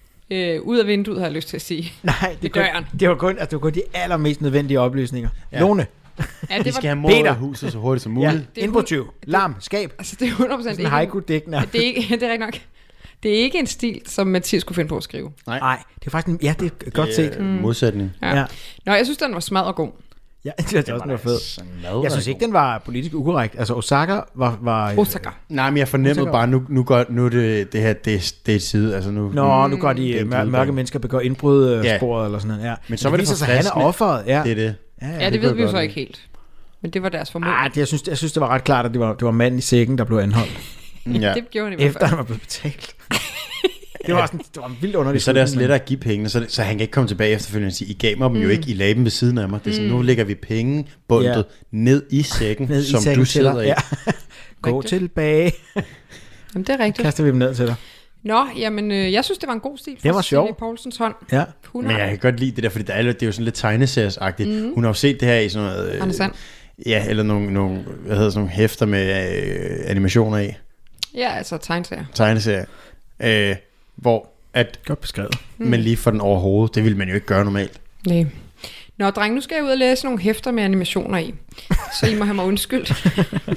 ud af vinduet, har jeg lyst til at sige. Nej, det var kun de allermest nødvendige oplysninger. Ja. Lone. Ja, det Vi skal var have mor ud af huset så hurtigt som muligt. Ja, indbrudtyv, larm, skab. Altså det er 100% sådan en haiku-digtner. Det er rigtig nok. Det er ikke en stil, som Mathias kunne finde på at skrive. Nej, det er faktisk det er godt set. Modsætning. Ja. Nå, jeg synes, den var smadret god. Ja, det også noget fedt. Jeg synes ikke, den var politisk ukorrekt. Altså, Osaka var Osaka. Nej, men jeg fornemmede bare, nu det her, det er side. Altså nu går de mørke mennesker begår indbrud sporet eller sådan noget. Ja. Men så var det for han er offeret. Ja. Det er det. Ja, det ved vi jo så ikke helt. Men det var deres formodning. Jeg synes, det var ret klart, at det var manden i sækken, der blev anholdt. Ja. Det gjorde han i hvert fald. Efter han var blevet betalt. Det var en vildt underlig. Så er det også lettere at give pengene, så han kan ikke komme tilbage efterfølgende og sige, I gav mig dem jo ikke, I lagde dem ved siden af mig. Det er sådan, nu lægger vi penge bundet ned i sækken, som du sidder i. Gå tilbage. Jamen, det er rigtigt. Kaster vi dem ned til dig. Nå, jamen, jeg synes, det var en god stil. Det var sjovt. Stine Poulsens hånd. Ja. Men jeg kan godt lide det der, fordi det er jo sådan lidt tegneseriesagtigt. Hun har jo set det her i sådan noget... Anders Sand. Ja, eller nogle hæfter med animationer i. Ja, altså tegneserier. Tegneserier. Hvor at... Godt beskrevet. Men lige for den overhovedet, det vil man jo ikke gøre normalt. Nej. Nå, dreng, nu skal jeg ud og læse nogle hæfter med animationer i. Så I må have mig undskyldt.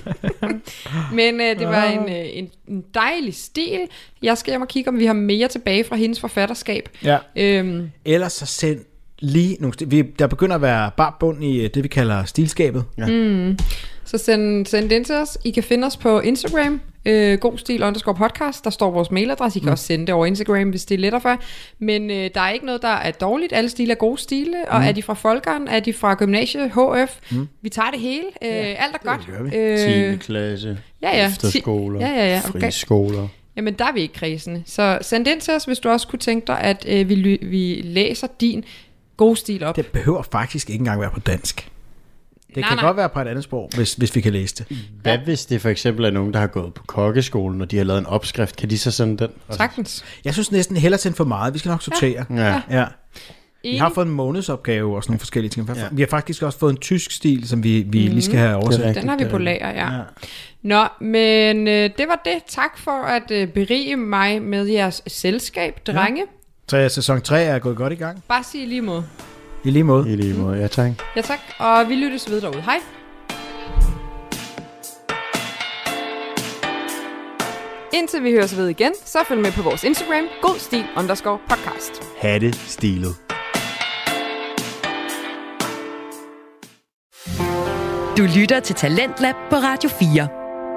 Men det var en dejlig stil. Jeg skal hjem og kigge, om vi har mere tilbage fra hendes forfatterskab. Ja. Ellers så send lige nogle der begynder at være bare bund i det, vi kalder stilskabet. Ja. Så send det ind til os. I kan finde os på Instagram, godstil_podcast. Der står vores mailadresse. I kan også sende det over Instagram, hvis det er lettere for. Men der er ikke noget, der er dårligt. Alle stile er gode stile. Og er de fra Folkeren? Er de fra gymnasiet? HF? Vi tager det hele. Alt er godt. 10. klasse, ja. efterskoler, ja. Okay. friskoler. Jamen, der er vi ikke kredsende. Så send det ind til os, hvis du også kunne tænke dig, at vi læser din gode stil op. Det behøver faktisk ikke engang være på dansk. Det kan godt være på et andet sprog, hvis vi kan læse det. Hvad hvis det for eksempel er nogen, der har gået på kokkeskolen, og de har lavet en opskrift? Kan de så sende den? Sagtens. Jeg synes næsten hellere sende for meget. Vi skal nok sortere. Ja. Vi har fået en månedsopgave og sådan nogle forskellige ting. Vi har faktisk også fået en tysk stil, som vi lige skal have oversat. Den har vi på lager, ja. Nå, men det var det. Tak for at berige mig med jeres selskab, drenge. Så sæson 3 er gået godt i gang. Bare sig lige mod. I lige måde. I lige måde, ja tak. Ja tak, og vi lyttes ved derude. Hej. Indtil vi høres ved igen, så følg med på vores Instagram, godstil_podcast. Ha' det stilet. Du lytter til Talentlab på Radio 4.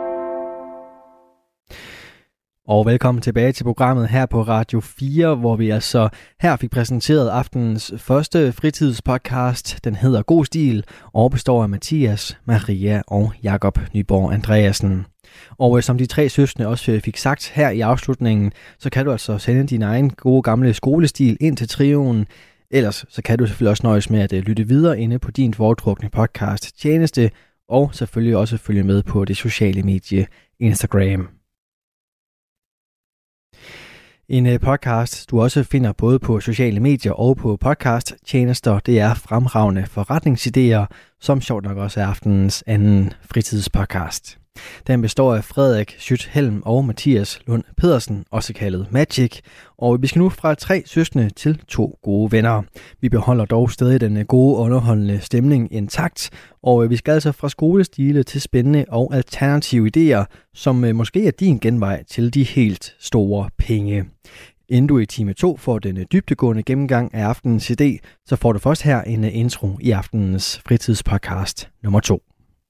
Og velkommen tilbage til programmet her på Radio 4, hvor vi altså her fik præsenteret aftenens første fritidspodcast. Den hedder God Stil og består af Mathias, Maria og Jakob Nyborg Andreasen. Og som de 3 søskende også fik sagt her i afslutningen, så kan du altså sende din egen gode gamle skolestil ind til trioen. Ellers så kan du selvfølgelig også nøjes med at lytte videre inde på din foretrukne podcast tjeneste, og selvfølgelig også følge med på det sociale medie Instagram. En podcast, du også finder både på sociale medier og på podcast-tjenester, det er Fremragende forretningsidéer, som sjovt nok også er aftenens anden fritidspodcast. Den består af Frederik Schütt-Helm og Mathias Lund Pedersen, også kaldet Magic, og vi skal nu fra 3 søskende til 2 gode venner. Vi beholder dog stadig den gode underholdende stemning intakt, og vi skal altså fra skolestile til spændende og alternative idéer, som måske er din genvej til de helt store penge. Inden du i time 2 får den dybdegående gennemgang af aftenens idé, så får du først her en intro i aftenens fritidspodcast nummer 2.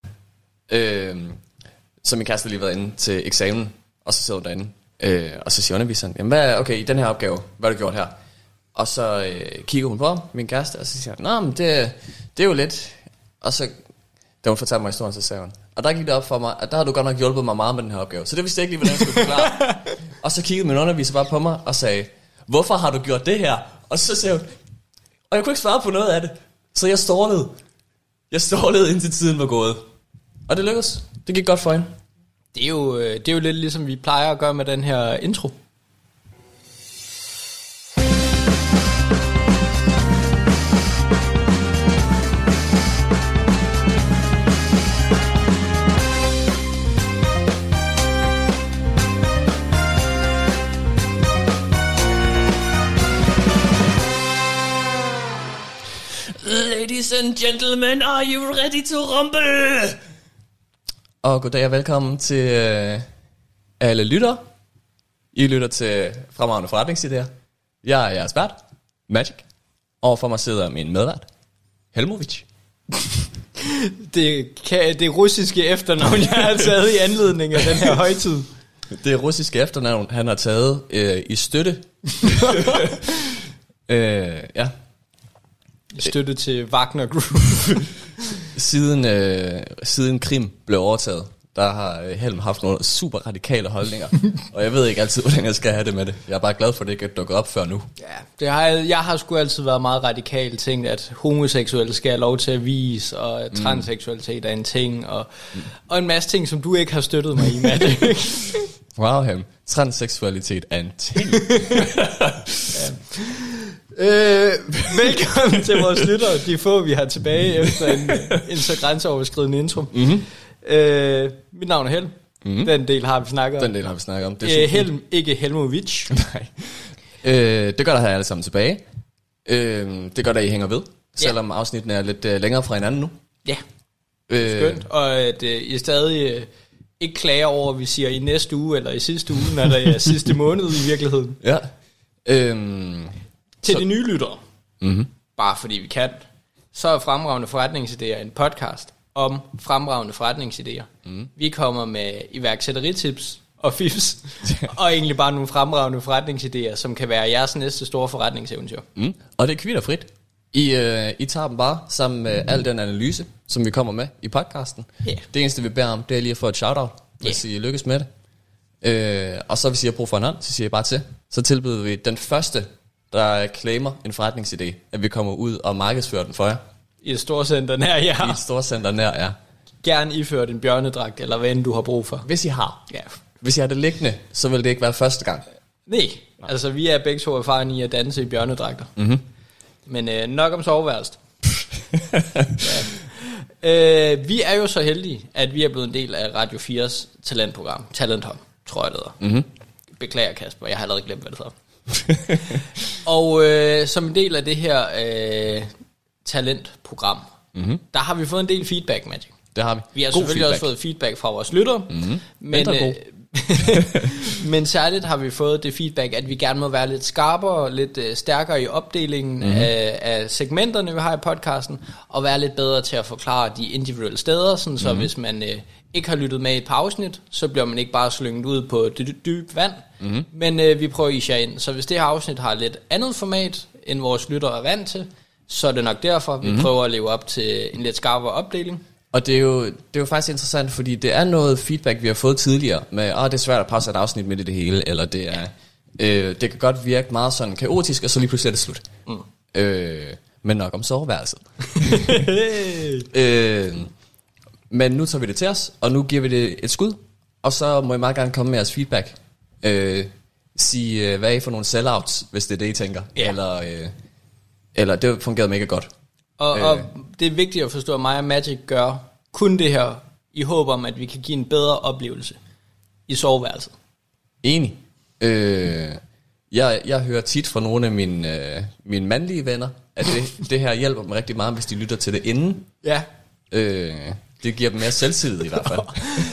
Så min kæreste har lige været inde til eksamen, og så sidder hun derinde, og så siger underviseren, jamen okay, i den her opgave, hvad har du gjort her? Og så kigger hun på min kæreste, og så siger hun, nå, men det er jo lidt. Og så, da hun fortalte mig historien, så sagde hun, og der gik det op for mig, at der har du godt nok hjulpet mig meget med den her opgave. Så det vidste jeg ikke lige, hvordan jeg skulle forklare. Og så kiggede min underviser bare på mig og sagde, hvorfor har du gjort det her? Og så sagde hun, og jeg kunne ikke svare på noget af det. Så jeg stålede indtil tiden var gået. Og det lykkedes. Det gik godt for hende. Det er jo lidt ligesom vi plejer at gøre med den her intro. Ladies and gentlemen, are you ready to rumble? Og goddag og velkommen til alle lyttere. I lytter til Fremragende forretningsidéer. Jeg er jeres vært, Magic. Overfor mig sidder min medvært, Helmovic. Det russiske efternavn, jeg har taget i anledning af den her højtid. Det russiske efternavn, han har taget i støtte. Ja. Støtte til Wagner Group. Siden Krim blev overtaget, der har Helm haft nogle super radikale holdninger. Og jeg ved ikke altid, hvordan jeg skal have det med det. Jeg er bare glad for, at det ikke er dukket op før nu. Ja, jeg har sgu altid været meget radikal, tænkt, at homoseksuelle skal have lov til at vise, og at transseksualitet er en ting, og en masse ting, som du ikke har støttet mig i, Matt. Wow, Helm. Transseksualitet er en ting. Velkommen til vores lyttere, de få vi har tilbage efter en så grænseoverskridende intro. Mit navn er Helm. Den del har vi snakket om. Det er Helm, ikke Helmovic. Nej. Det gør der her alle sammen tilbage. Det gør der I hænger ved, selvom afsnittene er lidt længere fra hinanden nu. Ja, skønt. Og at I stadig ikke klager over, at vi siger i næste uge eller i sidste uge, når der er sidste måned i virkeligheden. Ja. Til de nye lyttere, bare fordi vi kan, så er Fremragende forretningsidéer en podcast om fremragende forretningsidéer. Vi kommer med iværksætteritips og fifs, og egentlig bare nogle fremragende forretningsidéer, som kan være jeres næste store forretningseventyr. Og det er kvitterfrit. I tager dem bare sammen med al den analyse, som vi kommer med i podcasten. Det eneste vi beder om, det er lige at få et shoutout, hvis I lykkes med det. Og så hvis I har brug for en hånd, så siger I bare til. Så tilbyder vi den første, der claimer en forretningsidé, at vi kommer ud og markedsfører den for jer. I et storcenter nær jer. I et storcenter nær jer. Gerne iført en bjørnedragt, eller hvad end du har brug for. Hvis I har. Ja. Hvis I har det liggende, så vil det ikke være første gang. Nej. Altså vi er begge to erfarne i at danse i bjørnedragter. Men nok om soveværelset. Vi er jo så heldige, at vi er blevet en del af Radio 4's talentprogram. Talent Hub, tror jeg det hedder. Beklager Kasper, jeg har allerede glemt, hvad det hedder. Og som en del af det her talentprogram, der har vi fået en del feedback, Magic. Det har vi. Vi har selvfølgelig også fået feedback fra vores lyttere, men særligt har vi fået det feedback, at vi gerne må være lidt skarpere, lidt stærkere i opdelingen af segmenterne, vi har i podcasten, og være lidt bedre til at forklare de individuelle steder, sådan så hvis man ikke har lyttet med i et par afsnit, så bliver man ikke bare slynget ud på dyb vand, men vi prøver at ise jer ind. Så hvis det her afsnit har lidt andet format, end vores lyttere er vant til, så er det nok derfor, vi prøver at leve op til en lidt skarpere opdeling. Og det er jo faktisk interessant, fordi det er noget feedback, vi har fået tidligere, med, det er svært at passe et afsnit midt i det hele, eller det er, det kan godt virke meget sådan kaotisk, og så lige pludselig er det slut. Men nok om soveværelset. Men nu tager vi det til os, og nu giver vi det et skud, og så må I meget gerne komme med jeres feedback. Sige, hvad er I for nogle sellouts, hvis det er det, I tænker. Eller det fungerede mega godt. Og det er vigtigt at forstå, at mig og Magic gør kun det her, i håb om, at vi kan give en bedre oplevelse i soveværelset. Enig. Jeg hører tit fra nogle af mine mandlige venner, at det her hjælper dem rigtig meget, hvis de lytter til det inden. Ja. Det giver dem mere selvtillid i hvert fald.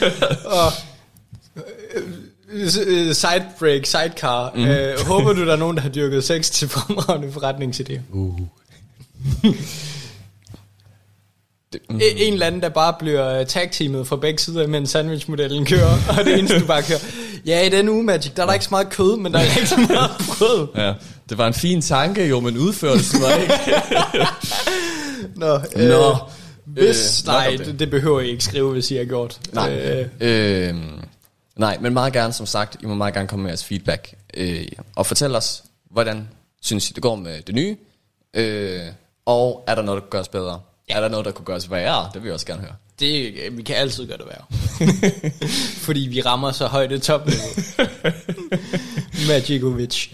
Sidebreak, sidecar. Håber du, der er nogen, der har dyrket sex til fremragende forretningsidéer? En eller anden, der bare bliver tag-teamet fra begge sider, mens sandwich-modellen kører, og det eneste, du bare kører. Ja, i den uge, Magic, der er der ikke så meget kød, men der er ikke så meget brød. Ja, det var en fin tanke, jo, men udførelsen var ikke. Nå. Hvis, det behøver I ikke skrive, hvis I har gjort. Nej. Nej, men meget gerne, som sagt, I må meget gerne komme med jeres feedback, og fortælle os, hvordan synes I, det går med det nye, og er der noget, der kan gøres bedre? Ja. Er der noget, der kunne gøres værre? Det vil jeg også gerne høre. Vi kan altid gøre det værre. Fordi vi rammer så højt et topniveau. Magicovic.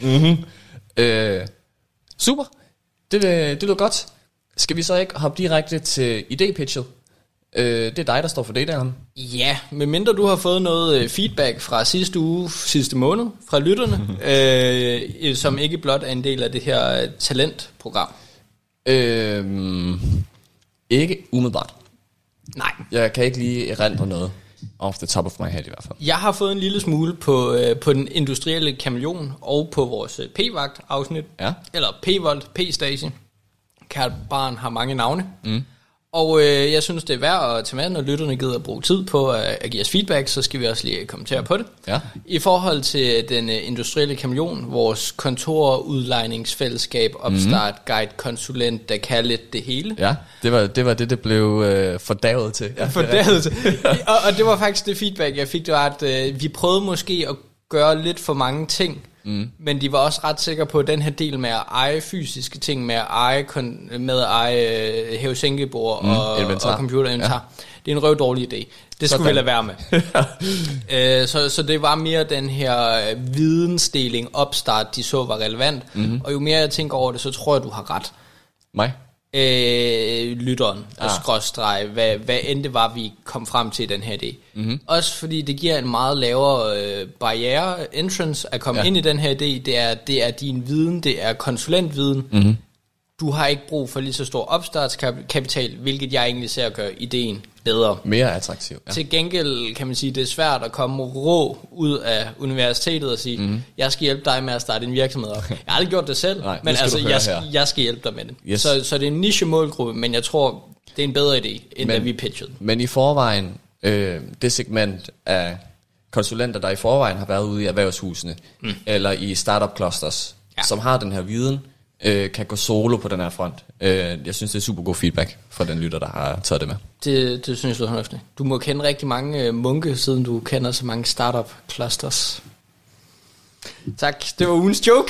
Super. Det lyder godt. Skal vi så ikke hoppe direkte til idépitchet? Det er dig, der står for det der. Ja, medmindre du har fået noget feedback fra sidste måned, fra lytterne, som ikke blot er en del af det her talentprogram. Ikke umiddelbart. Nej. Jeg kan ikke lige erindre noget off the top of my head i hvert fald. Jeg har fået en lille smule på den industrielle kameleon og på vores P-vagt afsnit. Ja. Eller P-volt, P-Stasi. Kært barn har mange navne. Og jeg synes, det er værd at tage med, når lytterne gider at bruge tid på at give os feedback, så skal vi også lige kommentere på det. Ja. I forhold til den industrielle kameleon, vores kontorudlejningsfællesskab, opstart, guide, konsulent, der kan lidt det hele. Ja, det var det blev fordavet til. Ja, fordavet til. Og det var faktisk det feedback, jeg fik, det var, at vi prøvede måske at gøre lidt for mange ting, men de var også ret sikre på, at den her del med at eje fysiske ting, med at eje hæve-sænkebord og computerinventar, det er en røvdårlig idé. Det skulle vi lade være med. Så det var mere den her vidensdeling, opstart, de så var relevant. Og jo mere jeg tænker over det, så tror jeg, du har ret. Mig? Lytteren og skråstreg, hvad end det var, vi kom frem til i den her idé. Også fordi det giver en meget lavere barriere entrance at komme ind i den her idé. Det er din viden, det er konsulentviden. Du har ikke brug for lige så stor opstartskapital, hvilket jeg egentlig ser gør ideen bedre. Mere attraktiv. Ja. Til gengæld kan man sige, det er svært at komme rå ud af universitetet og sige, jeg skal hjælpe dig med at starte en virksomhed op. Jeg har aldrig gjort det selv, men altså, jeg skal hjælpe dig med det. Yes. Så det er en niche målgruppe, men jeg tror, det er en bedre idé, end da vi pitchede. Men i forvejen, det segment af konsulenter, der i forvejen har været ude i erhvervshusene, eller i startup clusters, som har den her viden, kan gå solo på den her front. Jeg synes, det er super god feedback fra den lytter, der har taget det med. Det synes jeg er fornuftigt. Du må kende rigtig mange munke, siden du kender så mange startup clusters. Tak, det var ugens joke.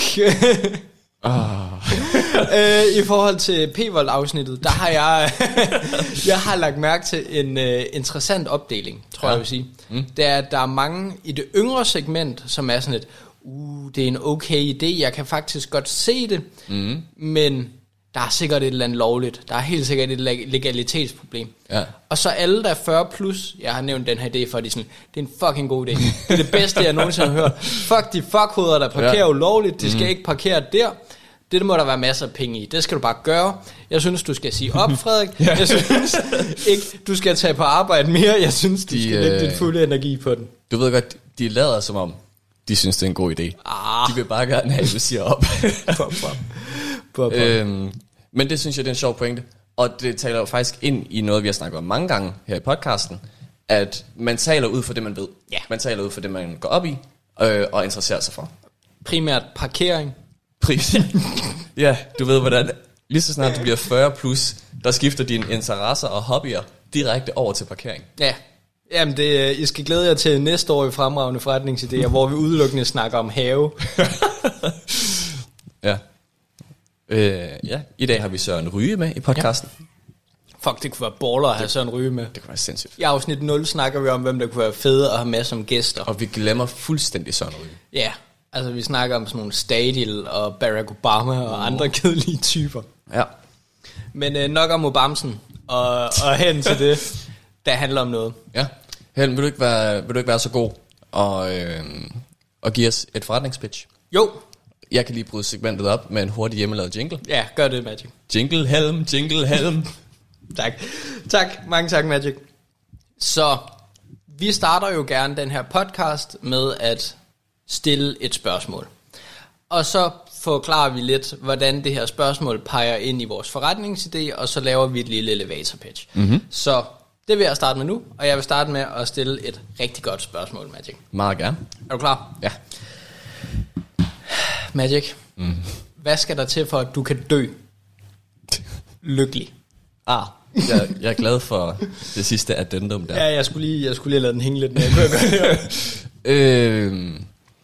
I forhold til P-Volt afsnittet, der har jeg har lagt mærke til en interessant opdeling, tror jeg vil sige. Det er, at der er mange i det yngre segment, som er sådan et, det er en okay idé, jeg kan faktisk godt se det, men der er sikkert et eller andet lovligt, der er helt sikkert et legalitetsproblem. Ja. Og så alle, der er 40 plus, jeg har nævnt den her idé for, de sådan, det er en fucking god idé. Det er det bedste, jeg nogensinde har hørt. Fuck de fuckhoveder, der parkerer ulovligt, de skal ikke parkere der. Det må der være masser af penge i. Det skal du bare gøre. Jeg synes, du skal sige op, Frederik. Jeg synes ikke, du skal tage på arbejde mere. Jeg synes, du skal lægge din fulde energi på den. Du ved godt, de lader som om, de synes, det er en god idé. De vil bare gerne have, at du siger op. Men det synes jeg, det er en sjov pointe. Og det taler jo faktisk ind i noget, vi har snakket om mange gange her i podcasten. At man taler ud for det, man ved. Ja. Man taler ud for det, man går op i og interesserer sig for. Primært parkering. Ja, du ved hvordan. Lige så snart du bliver 40 plus, der skifter dine interesser og hobbyer direkte over til parkering. Ja. Jamen, I skal glæde jer til næste år i Fremragende Forretningsidéer, hvor vi udelukkende snakker om have. Ja. Ja, i dag har vi Søren Ryge med i podcasten. Ja. Fuck, det kunne være baller at have Søren Ryge med. Det kunne være sindssygt. I afsnit 0 snakker vi om, hvem der kunne være fede at have med som gæster. Og vi glemmer fuldstændig Søren Ryge. Ja, altså vi snakker om sådan nogle Stadil og Barack Obama og andre kedelige typer. Ja. Men nok om Obamsen og hen til det, der handler om noget. Ja. Helen, vil du ikke være så god og give os et forretningspitch? Jo. Jeg kan lige bryde segmentet op med en hurtig hjemmelavet jingle. Ja, gør det, Magic. Jingle Helm. Tak, mange tak, Magic. Så vi starter jo gerne den her podcast med at stille et spørgsmål. Og så forklarer vi lidt, hvordan det her spørgsmål peger ind i vores forretningsidé, og så laver vi et lille elevator pitch. Mm-hmm. Så det vil jeg starte med nu, og jeg vil starte med at stille et rigtig godt spørgsmål, Magic. Meget gerne. Er du klar? Ja. Magic, hvad skal der til for, at du kan dø lykkelig? Jeg er glad for det sidste addendum der. Ja, jeg skulle lige have lavet den hænge lidt, når jeg kunne gøre det.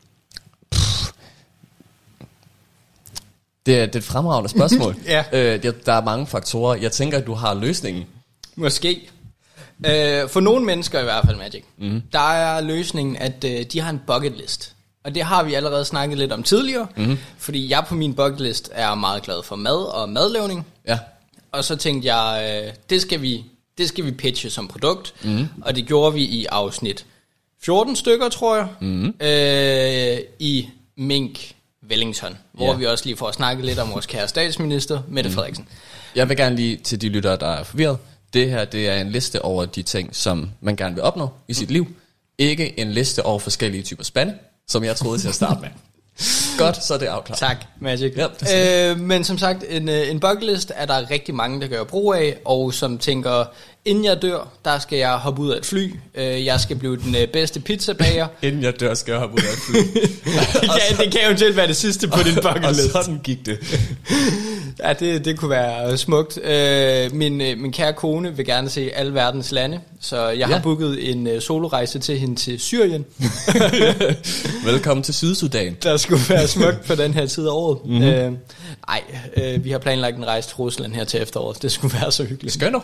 Det er et fremragende spørgsmål. Ja. Der er mange faktorer. Jeg tænker, at du har løsningen. Måske. For nogle mennesker i hvert fald, Magic, der er løsningen, at de har en bucket list. Og det har vi allerede snakket lidt om tidligere, fordi jeg på min bucket list er meget glad for mad og madlavning. Ja. Og så tænkte jeg, det skal vi pitche som produkt, og det gjorde vi i afsnit 14 stykker, tror jeg, i Mink Wellington, hvor vi også lige får snakket lidt om vores kære statsminister, Mette Frederiksen. Jeg vil gerne lige til de lyttere, der er forvirret. Det her, det er en liste over de ting, som man gerne vil opnå i sit liv. Ikke en liste over forskellige typer spande, som jeg troede til at starte med. Godt, så er det afklaret. Tak, Magic. Ja, men som sagt, en bucket list er der rigtig mange, der gør brug af, og som tænker, inden jeg dør, der skal jeg hoppe ud af et fly. Jeg skal blive den bedste pizzabager. Inden jeg dør, skal jeg hoppe ud af et fly. det kan eventuelt være det sidste på din bucket list. Og sådan gik det. Ja, det kunne være smukt. Min kære kone vil gerne se alle verdens lande, så jeg har booket en solorejse til hende til Syrien. Velkommen til Sydsudan. Der skulle være smukt på den her tid af året. Vi har planlagt en rejse til Rusland her til efteråret. Det skulle være så hyggeligt. Skønner.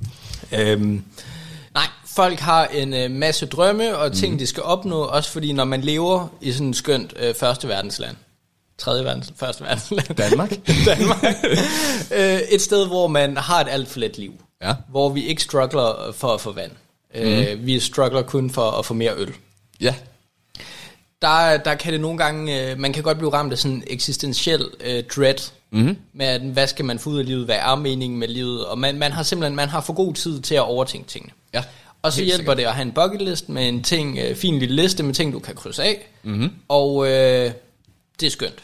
Folk har en masse drømme og ting, de skal opnå, også fordi når man lever i sådan et skønt første verdensland, første verdensland, Danmark. Et sted, hvor man har et alt for let liv, hvor vi ikke struggler for at få vand. Vi struggler kun for at få mere øl. Ja. Der kan det nogle gange, man kan godt blive ramt af sådan eksistentiel dread, med at, hvad skal man få ud af livet, hvad er meningen med livet, og man har for god tid til at overtænke tingene. Ja, og så hjælper det at have en bucket list med en fin lille liste med ting, du kan krydse af, og det er skønt.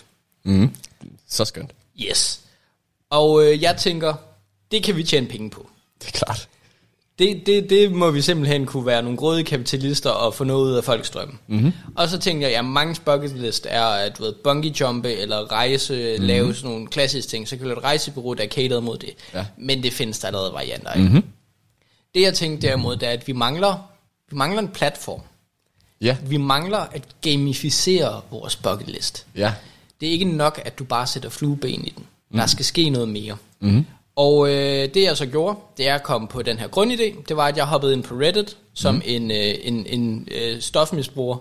Så skønt. Yes. Og jeg tænker, det kan vi tjene penge på. Det er klart. Det må vi simpelthen kunne være nogle grådige kapitalister og få noget ud af folks drømme. Og så tænker jeg, mange bucket list er at bungee jumpe eller rejse, lave sådan nogle klassiske ting. Så kan du et rejsebureau, der er cateret mod det. Ja. Men det findes der allerede varianter af. Det jeg tænkte derimod, det er, at vi mangler en platform. Ja. Vi mangler at gamificere vores bucket list. Ja. Det er ikke nok, at du bare sætter flueben i den. Der skal ske noget mere. Og det jeg så gjorde, det er at komme på den her grundidé. Det var, at jeg hoppede ind på Reddit som en stofmisbruger.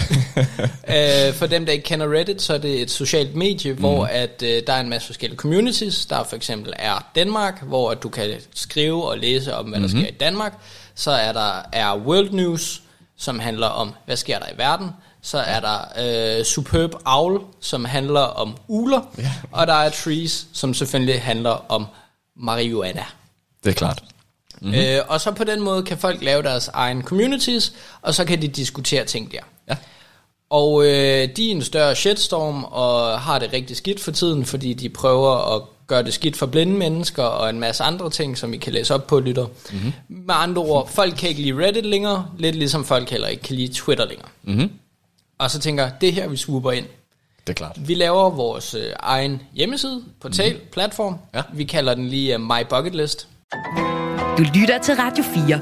For dem, der ikke kender Reddit, så er det et socialt medie, hvor at, der er en masse forskellige communities. Der for eksempel er Danmark, hvor at du kan skrive og læse om, hvad der sker i Danmark. Så er World News, som handler om, hvad sker der i verden. Så er der Superb Owl, som handler om ugler. Og der er Trees, som selvfølgelig handler om marihuana. Det er klart. Og så på den måde kan folk lave deres egen communities, og så kan de diskutere ting der. Ja. Og de er en større shitstorm, og har det rigtig skidt for tiden, fordi de prøver at gøre det skidt for blinde mennesker, og en masse andre ting, som I kan læse op på, lytter. Med andre ord, folk kan ikke lide Reddit længere, lidt ligesom folk heller ikke kan lide Twitter længere. Og så tænker jeg, det her vi swooper ind. Det er klart. Vi laver vores egen hjemmeside, portal, platform. Ja. Vi kalder den lige My Bucket List. Du lytter til Radio 4.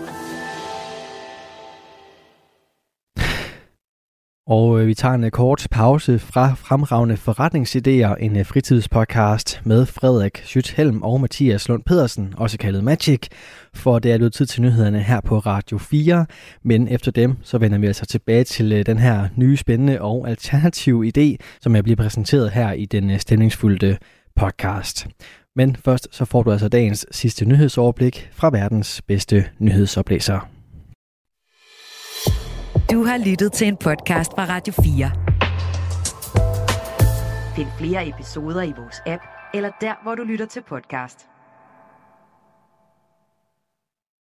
Og vi tager en kort pause fra Fremragende Forretningsidéer, en fritidspodcast med Frederik Schütz-Helm og Mathias Lund Pedersen, også kaldet Magic, for det er blevet tid til nyhederne her på Radio 4. Men efter dem, så vender vi altså tilbage til den her nye, spændende og alternative idé, som jeg bliver præsenteret her i den stemningsfulde podcast. Men først så får du altså dagens sidste nyhedsoverblik fra verdens bedste nyhedsoplæser. Du har lyttet til en podcast fra Radio 4. Find flere episoder i vores app, eller der, hvor du lytter til podcast.